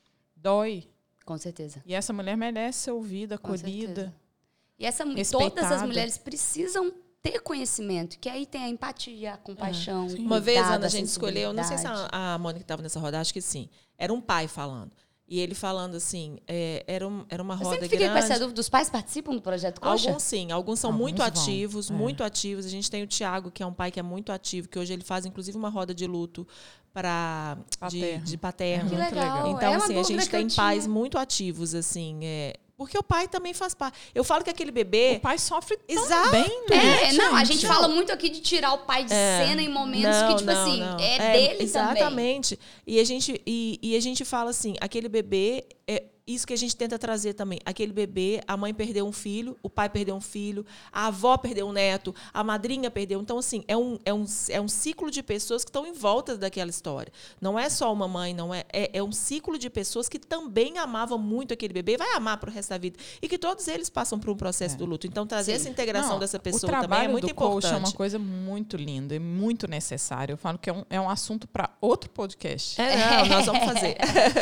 Dói. Com certeza. E essa mulher merece ser ouvida, Com acolhida. certeza. E essa, Respeitada. todas as mulheres precisam ter conhecimento, que aí tem a empatia, a compaixão. o Uma vez, cuidado, Ana, a gente sensibilidade. escolheu, não sei se a, a Mônica estava nessa roda, acho que sim. Era um pai falando. E ele falando assim, é, era, um, era uma Eu roda sempre fiquei com essa grande. dúvida. Os pais participam do projeto Coxa? Alguns sim, alguns são Alguns muito vão, ativos, é. muito ativos. A gente tem o Tiago, que é um pai que é muito ativo, que hoje ele faz inclusive uma roda de luto para de, Paterno. de paterno. Que Muito legal. legal. Então, é uma assim, a dúvida gente que eu tem tinha. pais muito ativos, assim, é, porque o pai também faz parte. Eu falo que aquele bebê. O pai sofre Exato. também, É, né, não, a gente Não. fala muito aqui de tirar o pai de É. cena em momentos Não, que, tipo não, assim, não. é, É, dele também. exatamente. E a gente e, e a gente fala assim, aquele bebê é isso que a gente tenta trazer também. Aquele bebê, a mãe perdeu um filho, o pai perdeu um filho, a avó perdeu um neto, a madrinha perdeu. Então, assim, é um, é um, é um ciclo de pessoas que estão em volta daquela história. Não é só uma mãe, não é, é, é um ciclo de pessoas que também amavam muito aquele bebê, vai amar pro resto da vida. E que todos eles passam por um processo É. do luto. Então, trazer Sim. essa integração Não, dessa o pessoa também é trabalho muito do coach importante. é uma coisa muito linda e muito necessária. Eu falo que é um, é um assunto para outro podcast. É, não, nós vamos fazer.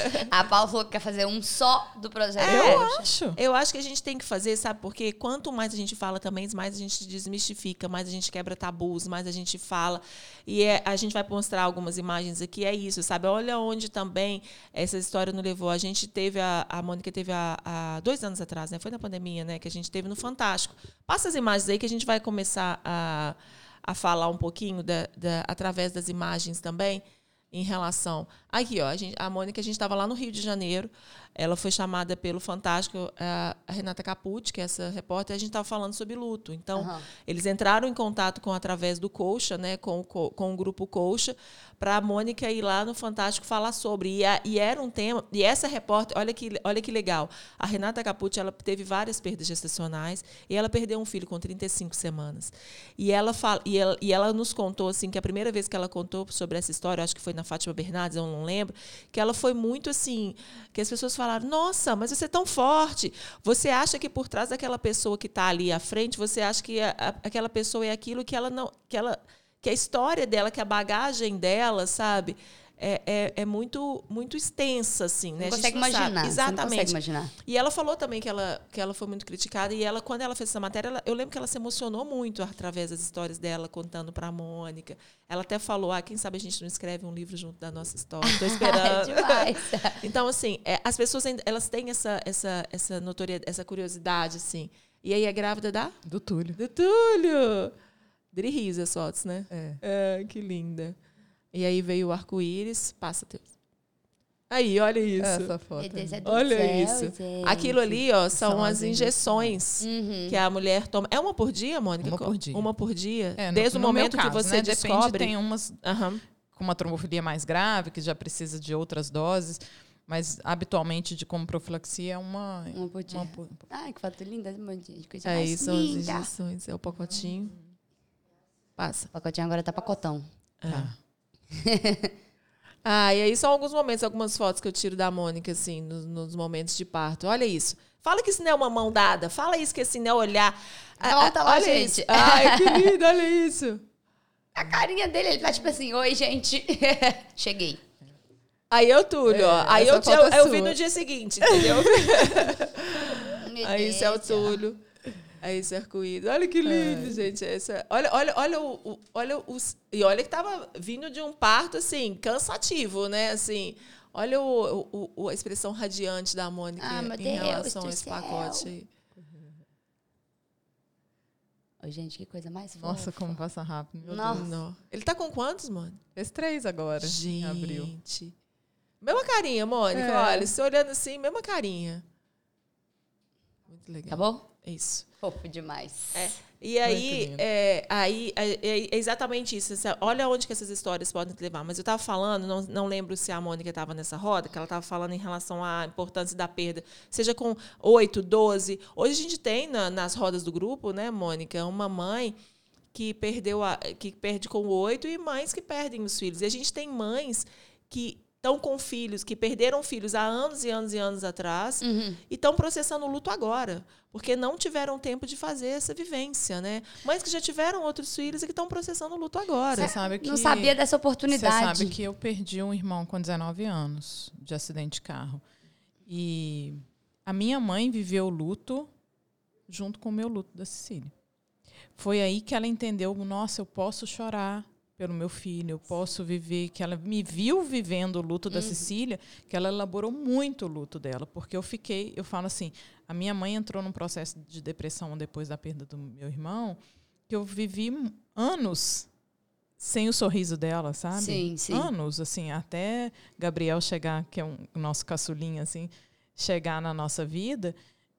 A Paula falou que quer fazer um só do projeto É. Eu Coxa. acho. Eu acho que a gente tem que fazer, sabe? Porque quanto mais a gente fala também, mais a gente desmistifica, mais a gente quebra tabus, mais a gente fala. E é, a gente vai mostrar algumas imagens aqui, é isso, sabe? Olha onde também essa história nos levou. A gente teve, a, a Mônica teve há, há dois anos atrás, né? Foi na pandemia, né? Que a gente teve no Fantástico. Passa as imagens aí que a gente vai começar a, a falar um pouquinho da, da, através das imagens também. Em relação. Aqui, ó, a, gente, a Mônica, a gente estava lá no Rio de Janeiro. Ela foi chamada pelo Fantástico, a, a Renata Capucci, que é essa repórter, e a gente estava falando sobre luto. Então, Aham. eles entraram em contato com através do Coxa, né, com, o co- com o grupo Coxa, para a Mônica ir lá no Fantástico falar sobre. E, a, e era um tema. E essa repórter, olha que, olha que legal. A Renata Capucci, ela teve várias perdas gestacionais e ela perdeu um filho com trinta e cinco semanas. E ela, fala, e ela, e ela nos contou assim, que a primeira vez que ela contou sobre essa história, acho que foi na Fátima Bernardes, eu não lembro, que ela foi muito assim, que as pessoas falaram, nossa, mas você é tão forte. Você acha que por trás daquela pessoa que está ali à frente, você acha que a, a, aquela pessoa é aquilo que ela não, que ela, que a história dela, que a bagagem dela, sabe? É, é, é muito, muito extensa, assim, né? Não consegue não imaginar. Sabe. Exatamente. Você não consegue imaginar. E ela falou também que ela, que ela foi muito criticada. E ela, quando ela fez essa matéria, ela, eu lembro que ela se emocionou muito através das histórias dela, contando para a Mônica. Ela até falou, ah, quem sabe a gente não escreve um livro junto da nossa história. Estou esperando. É demais. Então, assim, é, as pessoas ainda, elas têm essa, essa, essa notoriedade, essa curiosidade, assim. E aí é grávida da? Do Túlio. Do Túlio! Dri rios as fotos, né? É. É, que linda. E aí veio o arco-íris, passa teu. Aí, olha isso. Essa foto. Meu Deus, é do Olha céu, isso. gente. Aquilo ali, ó, são, São as as injeções Uhum. que a mulher toma. É uma por dia, Mônica? Uma por dia. Uma por dia. É, no- Desde o no momento meu caso, que você né? descobre. Depende, tem umas Aham. com uma trombofilia mais grave, que já precisa de outras doses, mas habitualmente de como profilaxia é uma... Uma por dia. uma por- Ai, que foto linda. Que coisa Aí mais são as linda. injeções. É o pacotinho. Passa. O pacotinho agora tá pacotão. Tá. Ah, e aí são alguns momentos, algumas fotos que eu tiro da Mônica, assim, nos, nos momentos de parto. Olha isso. Fala que isso não é uma mão dada. Fala isso que assim não é olhar. Volta lá, olha gente. Isso. Ai, que lindo, olha isso. A carinha dele, ele tá tipo assim, oi, gente. Cheguei. Aí eu, Túlio, ó. É, Aí essa eu, foto eu, é eu vi sua. no dia seguinte, entendeu? Meu Aí isso é o Deus do céu. Túlio. Aí esse arco-íris. Olha que lindo, gente. Essa, olha, olha, olha, o, o- olha os. E olha que tava vindo de um parto, assim, cansativo, né? Assim, olha o, o, o- a expressão radiante da Mônica Ah, meu em Deus relação do a esse céu. pacote aí. Oi, gente, que coisa mais fofa. Nossa, como passa rápido. Meu Nossa. Deus. Não. Ele tá com quantos, mano? Fez três agora, em abril. Gente. Mesma carinha, Mônica. É. Olha, você olhando assim, mesma carinha. Muito legal. Tá bom? É isso. Fofo demais. É. E aí, lindo. é, aí é, é exatamente isso. Essa- Olha onde que essas histórias podem te levar. Mas eu estava falando, não, não lembro se a Mônica estava nessa roda, que ela estava falando em relação à importância da perda, seja com oito, doze. Hoje a gente tem na- nas rodas do grupo, né, Mônica, uma mãe que perdeu a, que perde com oito e mães que perdem os filhos. E a gente tem mães que estão com filhos, que perderam filhos há anos e anos e anos atrás Uhum. e estão processando o luto agora, porque não tiveram tempo de fazer essa vivência, né? Mães que já tiveram outros filhos e que estão processando o luto agora. Você sabe que... Não sabia dessa oportunidade. Você sabe que eu perdi um irmão com dezenove anos de acidente de carro. E a minha mãe viveu o luto junto com o meu luto da Cecília. Foi aí que ela entendeu, nossa, eu posso chorar pelo meu filho, eu posso viver, que ela me viu vivendo o luto da Uhum. Cecília, que ela elaborou muito o luto dela, porque eu fiquei, eu falo assim, a minha mãe entrou num processo de depressão depois da perda do meu irmão, que eu vivi anos sem o sorriso dela, sabe? Sim, sim. Anos, assim, até Gabriel chegar, que é um o nosso caçulinha, assim, chegar na nossa vida,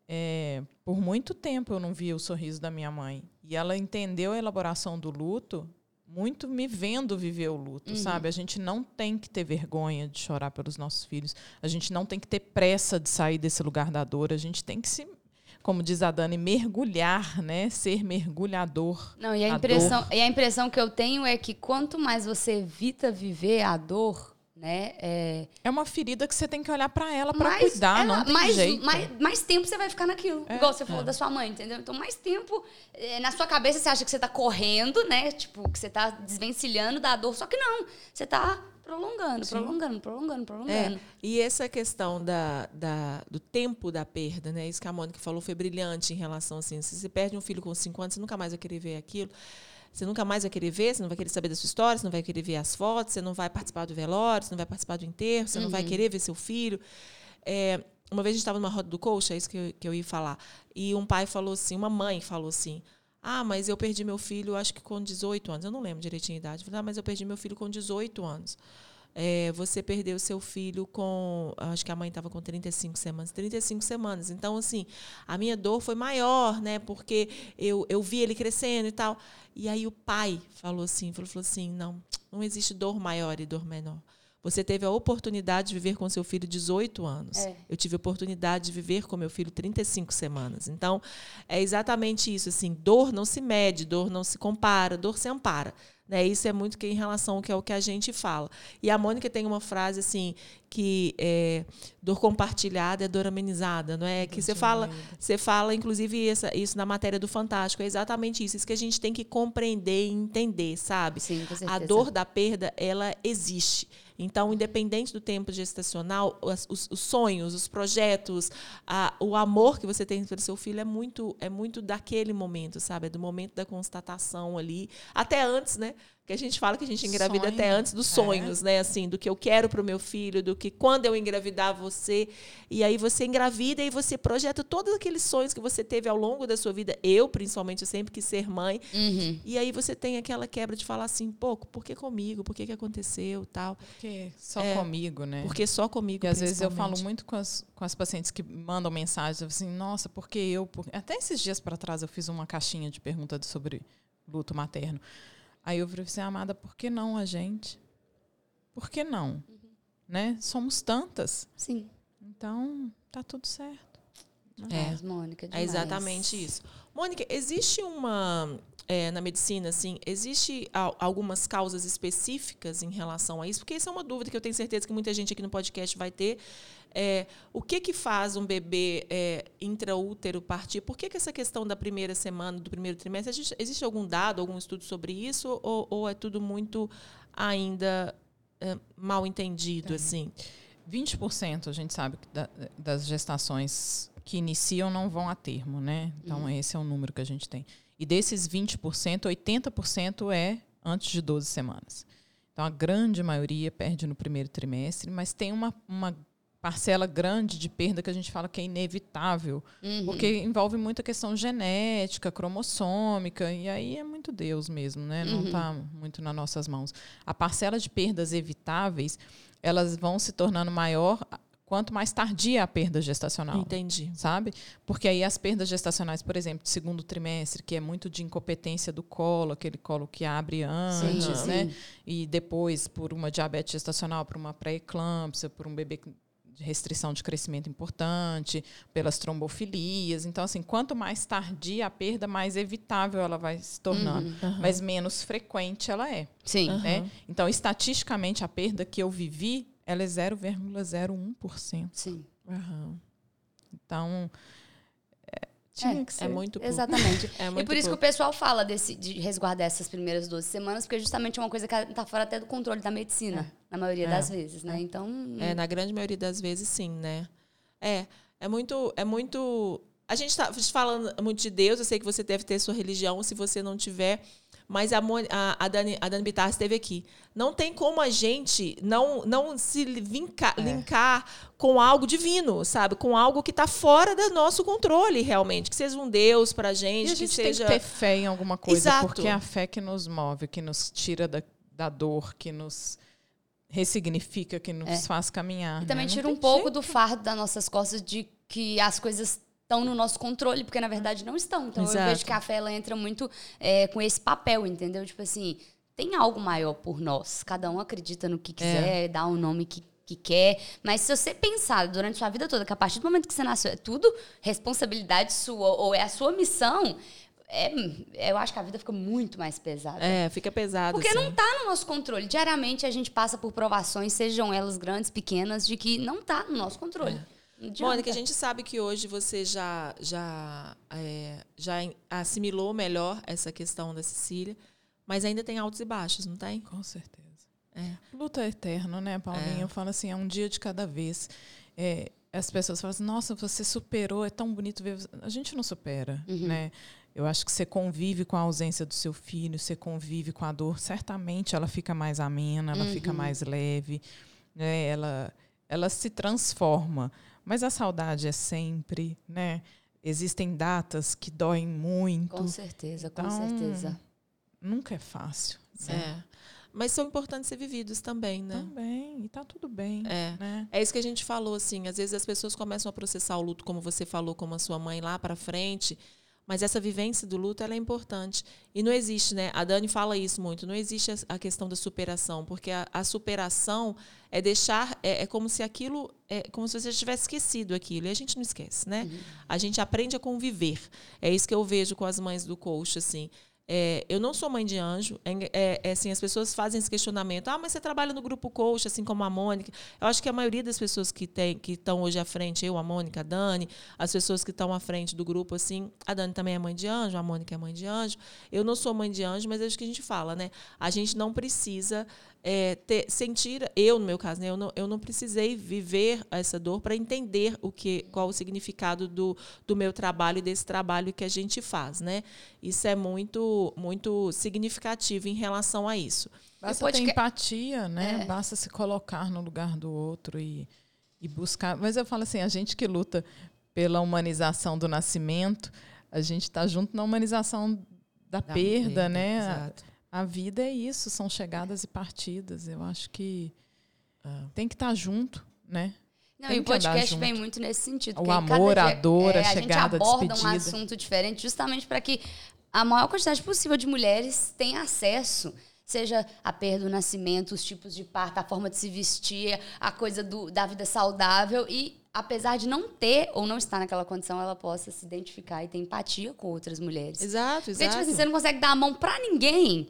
é, por muito tempo eu não via o sorriso da minha mãe. E ela entendeu a elaboração do luto muito me vendo viver o luto, Uhum. sabe? A gente não tem que ter vergonha de chorar pelos nossos filhos. A gente não tem que ter pressa de sair desse lugar da dor. A gente tem que se, como diz a Dani, mergulhar, né? Ser mergulhador. Não, e a, A impressão, dor. e a impressão que eu tenho é que quanto mais você evita viver a dor, né? É, É uma ferida que você tem que olhar para ela para mais, cuidar, ela- não tem mais, jeito. mais, mais tempo você vai ficar naquilo. É, Igual você falou é. da sua mãe, entendeu? Então, mais tempo, é, na sua cabeça você acha que você tá correndo, né? Tipo, que você tá desvencilhando da dor. Só que não, você tá prolongando, prolongando, prolongando, prolongando. É, e essa questão da, da, do tempo da perda, né? Isso que a Mônica falou foi brilhante em relação assim, se você perde um filho com cinco anos, você nunca mais vai querer ver aquilo. Você nunca mais vai querer ver, você não vai querer saber da sua história, você não vai querer ver as fotos, você não vai participar do velório, você não vai participar do enterro, você não vai querer ver seu filho. É, uma vez a gente estava numa roda do coach, é isso que eu, que eu ia falar, e um pai falou assim, uma mãe falou assim, ah, mas eu perdi meu filho, acho que com dezoito anos, eu não lembro direitinho a idade. Eu falei, ah, mas eu perdi meu filho com dezoito anos. É, você perdeu seu filho com, acho que a mãe estava com trinta e cinco semanas, trinta e cinco semanas. Então, assim, a minha dor foi maior, né? Porque eu, eu vi ele crescendo e tal. E aí o pai falou assim, falou, falou assim, não, não existe dor maior e dor menor. Você teve a oportunidade de viver com seu filho dezoito anos. É. Eu tive a oportunidade de viver com meu filho trinta e cinco semanas. Então, é exatamente isso. Assim, dor não se mede, dor não se compara, dor se ampara. Né? Isso é muito que em relação ao que é o que a gente fala. E a Mônica tem uma frase assim que é, dor compartilhada é dor amenizada, não é? Que você fala, você fala, inclusive, essa, isso na matéria do Fantástico, é exatamente isso. Isso que a gente tem que compreender e entender, sabe? Sim, com certeza. A dor da perda, ela existe. Então, independente do tempo gestacional, os, os, os sonhos, os projetos, a, o amor que você tem pelo seu filho é muito, é muito daquele momento, sabe? É do momento da constatação ali. Até antes, né? Que a gente fala que a gente engravida Sonho. até antes dos sonhos, é. né? Assim, do que eu quero para o meu filho, do que quando eu engravidar você. E aí você engravida e você projeta todos aqueles sonhos que você teve ao longo da sua vida. Eu, principalmente, eu sempre quis ser mãe. Uhum. E aí você tem aquela quebra de falar assim, pô, por que comigo? Por que, que aconteceu? Tal. Porque só É, comigo, né? Porque só comigo, E às vezes eu falo muito com as, com as pacientes que mandam mensagens assim, nossa, porque eu... Por... Até esses dias para trás eu fiz uma caixinha de perguntas sobre luto materno. Aí eu falei assim, amada, por que não a gente? Por que não? Uhum. Né? Somos tantas. Sim. Então, tá tudo certo. Demais, é, Mônica, demais. É exatamente isso. Mônica, existe uma... É, na medicina, assim, existe a, algumas causas específicas em relação a isso? Porque isso é uma dúvida que eu tenho certeza que muita gente aqui no podcast vai ter. É, o que que faz um bebê é, intraútero partir? Por que que essa questão da primeira semana, do primeiro trimestre, existe, existe algum dado, algum estudo sobre isso? Ou, ou é tudo muito ainda é, mal entendido, é. assim? vinte por cento a gente sabe que da, das gestações que iniciam não vão a termo, né? Então, uhum. esse é o número que a gente tem. E desses vinte por cento, oitenta por cento é antes de doze semanas. Então, a grande maioria perde no primeiro trimestre, mas tem uma, uma parcela grande de perda que a gente fala que é inevitável, uhum. porque envolve muita questão genética, cromossômica, e aí é muito Deus mesmo, né? Não está uhum. muito nas nossas mãos. A parcela de perdas evitáveis, elas vão se tornando maior quanto mais tardia a perda gestacional. Entendi. Sabe? Porque aí as perdas gestacionais, por exemplo, de segundo trimestre, que é muito de incompetência do colo, aquele colo que abre antes, sim, né? Sim. E depois por uma diabetes gestacional, por uma pré-eclâmpsia, por um bebê de restrição de crescimento importante, pelas trombofilias. Então, assim, quanto mais tardia a perda, mais evitável ela vai se tornando. Uhum, uhum. Mas menos frequente ela é. Sim. Né? Uhum. Então, estatisticamente, a perda que eu vivi, ela é zero vírgula zero um por cento. Sim. Uhum. Então, é, tinha é, que ser. É muito pouco. Exatamente. É muito e por isso pouco. que o pessoal fala desse, de resguardar essas primeiras doze semanas, porque justamente é uma coisa que está fora até do controle da medicina, é. na maioria é. das vezes, né? Então... É, na grande maioria das vezes, sim, né? É, é muito... É muito... A gente está falando muito de Deus, eu sei que você deve ter sua religião, se você não tiver... Mas a, a, a, Dani, a Dani Bittar esteve aqui. Não tem como a gente não, não se linkar, é. linkar com algo divino, sabe? Com algo que está fora do nosso controle, realmente. Que seja um Deus para a gente. E a gente que tem seja... que ter fé em alguma coisa, Exato. Porque é a fé que nos move, que nos tira da, da dor, que nos ressignifica, que nos é. faz caminhar. E também né? tira um pouco jeito. do fardo das nossas costas de que as coisas... estão no nosso controle, porque na verdade não estão. Então Exato. eu vejo que a fé ela entra muito é, com esse papel, entendeu? Tipo assim, tem algo maior por nós. Cada um acredita no que quiser, é. dá o nome que, que quer. Mas se você pensar durante a sua vida toda que a partir do momento que você nasceu é tudo responsabilidade sua ou é a sua missão, é, eu acho que a vida fica muito mais pesada. É, fica pesado. Porque sim. não está no nosso controle. Diariamente a gente passa por provações, sejam elas grandes, pequenas, de que não está no nosso controle. É. Mônica, a gente sabe que hoje você já, já, é, já assimilou melhor essa questão da Cecília, mas ainda tem altos e baixos, não tem? Com certeza. É. Luta é eterno, né, Paulinha? É. Eu falo assim, é um dia de cada vez. É, as pessoas falam assim, nossa, você superou, é tão bonito ver... A gente não supera, uhum. né? Eu acho que você convive com a ausência do seu filho, você convive com a dor, certamente ela fica mais amena, ela uhum. fica mais leve, né? ela, ela se transforma. Mas a saudade é sempre, né? Existem datas que doem muito. Com certeza, então, com certeza. Nunca é fácil. Né? É. Mas são importantes ser vividos também, né? Também, e tá tudo bem. É. Né? É isso que a gente falou, assim. Às vezes as pessoas começam a processar o luto, como você falou, como a sua mãe lá para frente. Mas essa vivência do luto ela é importante. E não existe, né? A Dani fala isso muito. Não existe a questão da superação, porque a, a superação é deixar... É, é como se aquilo... É como se você tivesse esquecido aquilo. E a gente não esquece, né? Uhum. A gente aprende a conviver. É isso que eu vejo com as mães do coach, assim. É, eu não sou mãe de anjo. É, é, é, assim, as pessoas fazem esse questionamento. Ah, mas você trabalha no grupo coach, assim como a Mônica. Eu acho que a maioria das pessoas que tem, que estão hoje à frente, eu, a Mônica, a Dani, as pessoas que estão à frente do grupo, assim, a Dani também é mãe de anjo, a Mônica é mãe de anjo. Eu não sou mãe de anjo, mas é isso que a gente fala, né? A gente não precisa é, ter, sentir, eu, no meu caso, né? eu, não, eu não precisei viver essa dor para entender o que, qual o significado do, do meu trabalho e desse trabalho que a gente faz, né? Isso é muito, muito significativo em relação a isso. Basta ter empatia, né? É. Basta se colocar no lugar do outro e, e buscar. Mas eu falo assim, a gente que luta pela humanização do nascimento, a gente está junto na humanização da, da perda, perda, né? Exato. A vida é isso, são chegadas e partidas. Eu acho que ah. tem que estar junto, né? Não, e o podcast vem muito nesse sentido. O amor, dia, a dor, é, a chegada, a despedida. A gente aborda um assunto diferente justamente para que a maior quantidade possível de mulheres tenha acesso, seja a perda, o nascimento, os tipos de parto, a forma de se vestir, a coisa do, da vida saudável e, apesar de não ter ou não estar naquela condição, ela possa se identificar e ter empatia com outras mulheres. Exato, Porque, exato. tipo assim, você não consegue dar a mão pra ninguém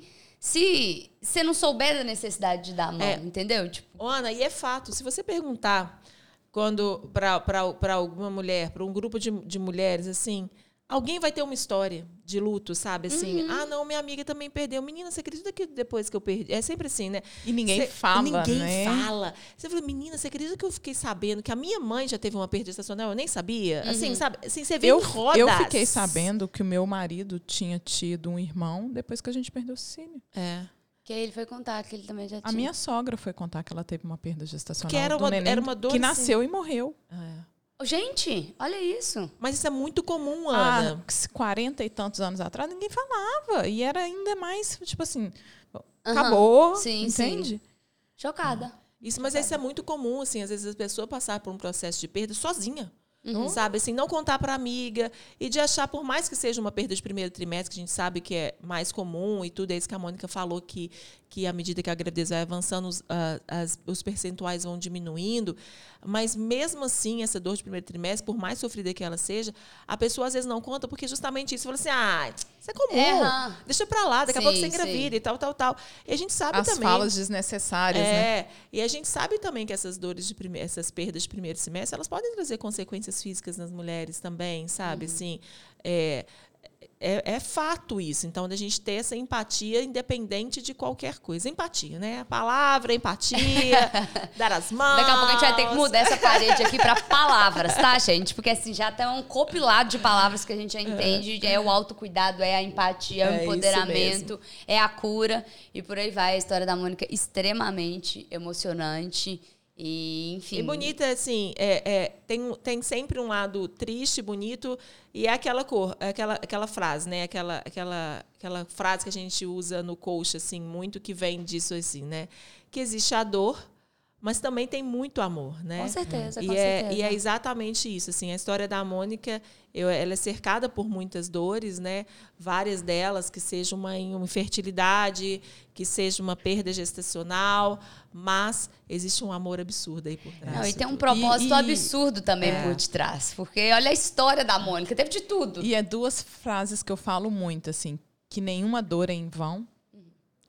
se você não souber da necessidade de dar a mão, é. entendeu? Tipo, Ana, e é fato, se você perguntar quando para alguma mulher, para um grupo de, de mulheres, assim, alguém vai ter uma história de luto, sabe? Assim, uhum. ah, não, minha amiga também perdeu. Menina, você acredita que depois que eu perdi... É sempre assim, né? E ninguém Cê, fala, ninguém né? Ninguém fala. Você fala, menina, você acredita que eu fiquei sabendo que a minha mãe já teve uma perda gestacional? Eu nem sabia. Uhum. Assim, sabe? Assim, você vê eu, em rodas. Eu fiquei sabendo que o meu marido tinha tido um irmão depois que a gente perdeu o Cecília. É. Que ele foi contar que ele também já tinha. A minha sogra foi contar que ela teve uma perda gestacional que era do uma, neném era uma dor que assim. nasceu e morreu. É. Gente, olha isso. Mas isso é muito comum, Ana. Há quarenta e tantos anos atrás, ninguém falava. E era ainda mais, tipo assim, acabou, uhum. sim, entende? Sim. Chocada. Isso, mas Chocada. isso é muito comum, assim. Às vezes a pessoa passar por um processo de perda sozinha. Uhum. Sabe, assim, não contar para amiga e de achar, por mais que seja uma perda de primeiro trimestre, que a gente sabe que é mais comum e tudo, é isso que a Mônica falou, que, que à medida que a gravidez vai avançando, os, uh, as, os percentuais vão diminuindo, mas mesmo assim, essa dor de primeiro trimestre, por mais sofrida que ela seja, a pessoa às vezes não conta, porque justamente isso, fala assim, ah, isso é comum, é, deixa pra lá, daqui sim, a pouco você engravida sim. e tal, tal, tal. E a gente sabe As também... As falas desnecessárias, é, né? E a gente sabe também que essas dores, de prime- essas perdas de primeiro semestre, elas podem trazer consequências físicas nas mulheres também, sabe? Uhum. Assim, é, é, é fato isso. Então, da gente ter essa empatia independente de qualquer coisa. Empatia, né? A palavra, empatia, dar as mãos. Daqui a pouco a gente vai ter que mudar essa parede aqui para palavras, tá, gente? Porque assim, já tem um compilado de palavras que a gente já entende. É, é o autocuidado, é a empatia, é o empoderamento, é a cura. E por aí vai. A história da Mônica extremamente emocionante. E, enfim. E bonita, assim, é, é, tem, tem sempre um lado triste, bonito, e é aquela cor, aquela, aquela frase, né? Aquela, aquela, aquela frase que a gente usa no coach, assim, muito que vem disso, assim, né? Que existe a dor, mas também tem muito amor, né? Com certeza, e com é, certeza. E é exatamente isso, assim, a história da Mônica, eu, ela é cercada por muitas dores, né? Várias delas, que seja uma, uma infertilidade, que seja uma perda gestacional, mas existe um amor absurdo aí por trás. Não, e tem um propósito e, e, absurdo também é. por detrás, porque olha a história da Mônica, teve de tudo. E é duas frases que eu falo muito, assim, que nenhuma dor é em vão uhum.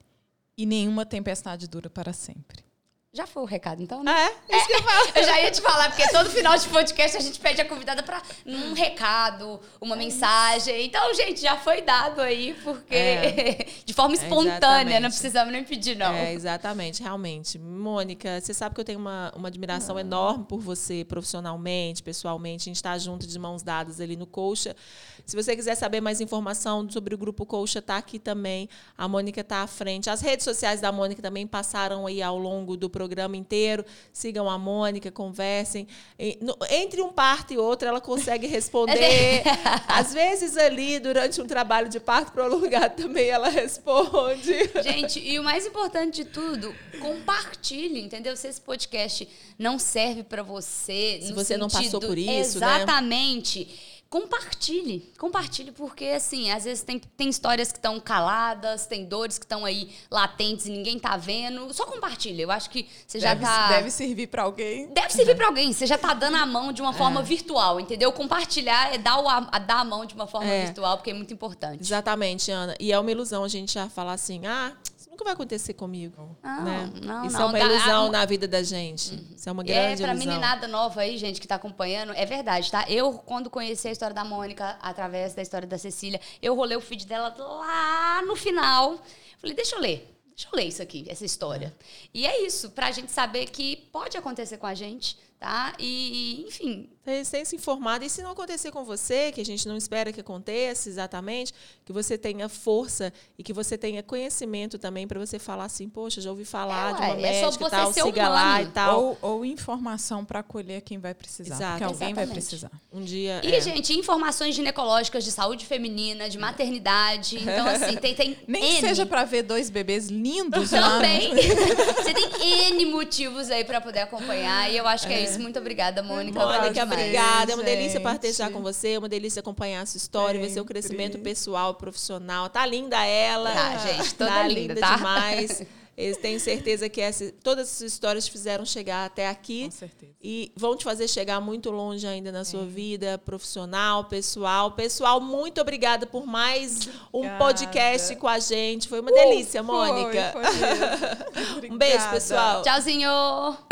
e nenhuma tempestade dura para sempre. Já foi o recado, então, né? É, isso que eu falo. Eu já ia te falar, porque todo final de podcast a gente pede a convidada para um recado, uma mensagem. Então, gente, já foi dado aí, porque é. de forma espontânea, é não precisamos nem pedir, não. É, exatamente, realmente. Mônica, você sabe que eu tenho uma, uma admiração ah. enorme por você, profissionalmente, pessoalmente. A gente está junto de mãos dadas ali no Colcha. Se você quiser saber mais informação sobre o Grupo Colcha, está aqui também. A Mônica está à frente. As redes sociais da Mônica também passaram aí ao longo do programa inteiro. Sigam a Mônica, conversem. Entre um parto e outro, ela consegue responder. Às vezes, ali, durante um trabalho de parto prolongado, também ela responde. Gente, e o mais importante de tudo, compartilhe, entendeu? Se esse podcast não serve para você... Se você não passou por isso, exatamente, né? compartilhe. Compartilhe, porque, assim, às vezes tem, tem histórias que estão caladas, tem dores que estão aí latentes e ninguém tá vendo. Só compartilha. Eu acho que você já deve, tá... Deve servir para alguém. Deve servir para alguém. Você já tá dando a mão de uma forma É. virtual, entendeu? Compartilhar é dar, o, a, dar a mão de uma forma É. virtual, porque é muito importante. Exatamente, Ana. E é uma ilusão a gente já falar assim, ah, isso nunca vai acontecer comigo. Não, né? não, Isso não. é uma Dá- ilusão a- na vida da gente. Isso é uma É, grande pra ilusão. meninada nova aí, gente, que tá acompanhando, é verdade, tá? Eu, quando conheci a história da Mônica, através da história da Cecília, eu rolei o feed dela lá no final. Falei, deixa eu ler. Deixa eu ler isso aqui, essa história. E é isso, pra gente saber que pode acontecer com a gente, tá? E, enfim... Sem se informar. E se não acontecer com você, que a gente não espera que aconteça exatamente, que você tenha força e que você tenha conhecimento também para você falar assim, poxa, já ouvi falar É, de uma ué, é médica sobre e você tal, ser siga lá humano. e tal. Ou, ou informação para acolher quem vai precisar. Exato. Porque alguém vai Exatamente. precisar. Um dia... E, é. gente, informações ginecológicas de saúde feminina, de maternidade. Então, assim, tem, tem Nem que N. seja para ver dois bebês lindos lá. Também. Você tem N motivos aí pra poder acompanhar. E eu acho que é, isso. Muito obrigada, Mônica. Mônica, Valeu demais. obrigada. É uma gente. delícia partilhar com você, é uma delícia acompanhar a sua história, ver seu Sempre. crescimento pessoal, profissional. Tá linda ela. Tá, gente, toda tá linda, linda tá? demais. Eu tenho certeza que essa, todas essas histórias te fizeram chegar até aqui. Com certeza. E vão te fazer chegar muito longe ainda na sua vida profissional, pessoal. Pessoal, muito obrigada por mais um Obrigada. podcast com a gente. Foi uma delícia, Foi, Mônica. foi mesmo. Um beijo, Obrigada. pessoal. Tchauzinho!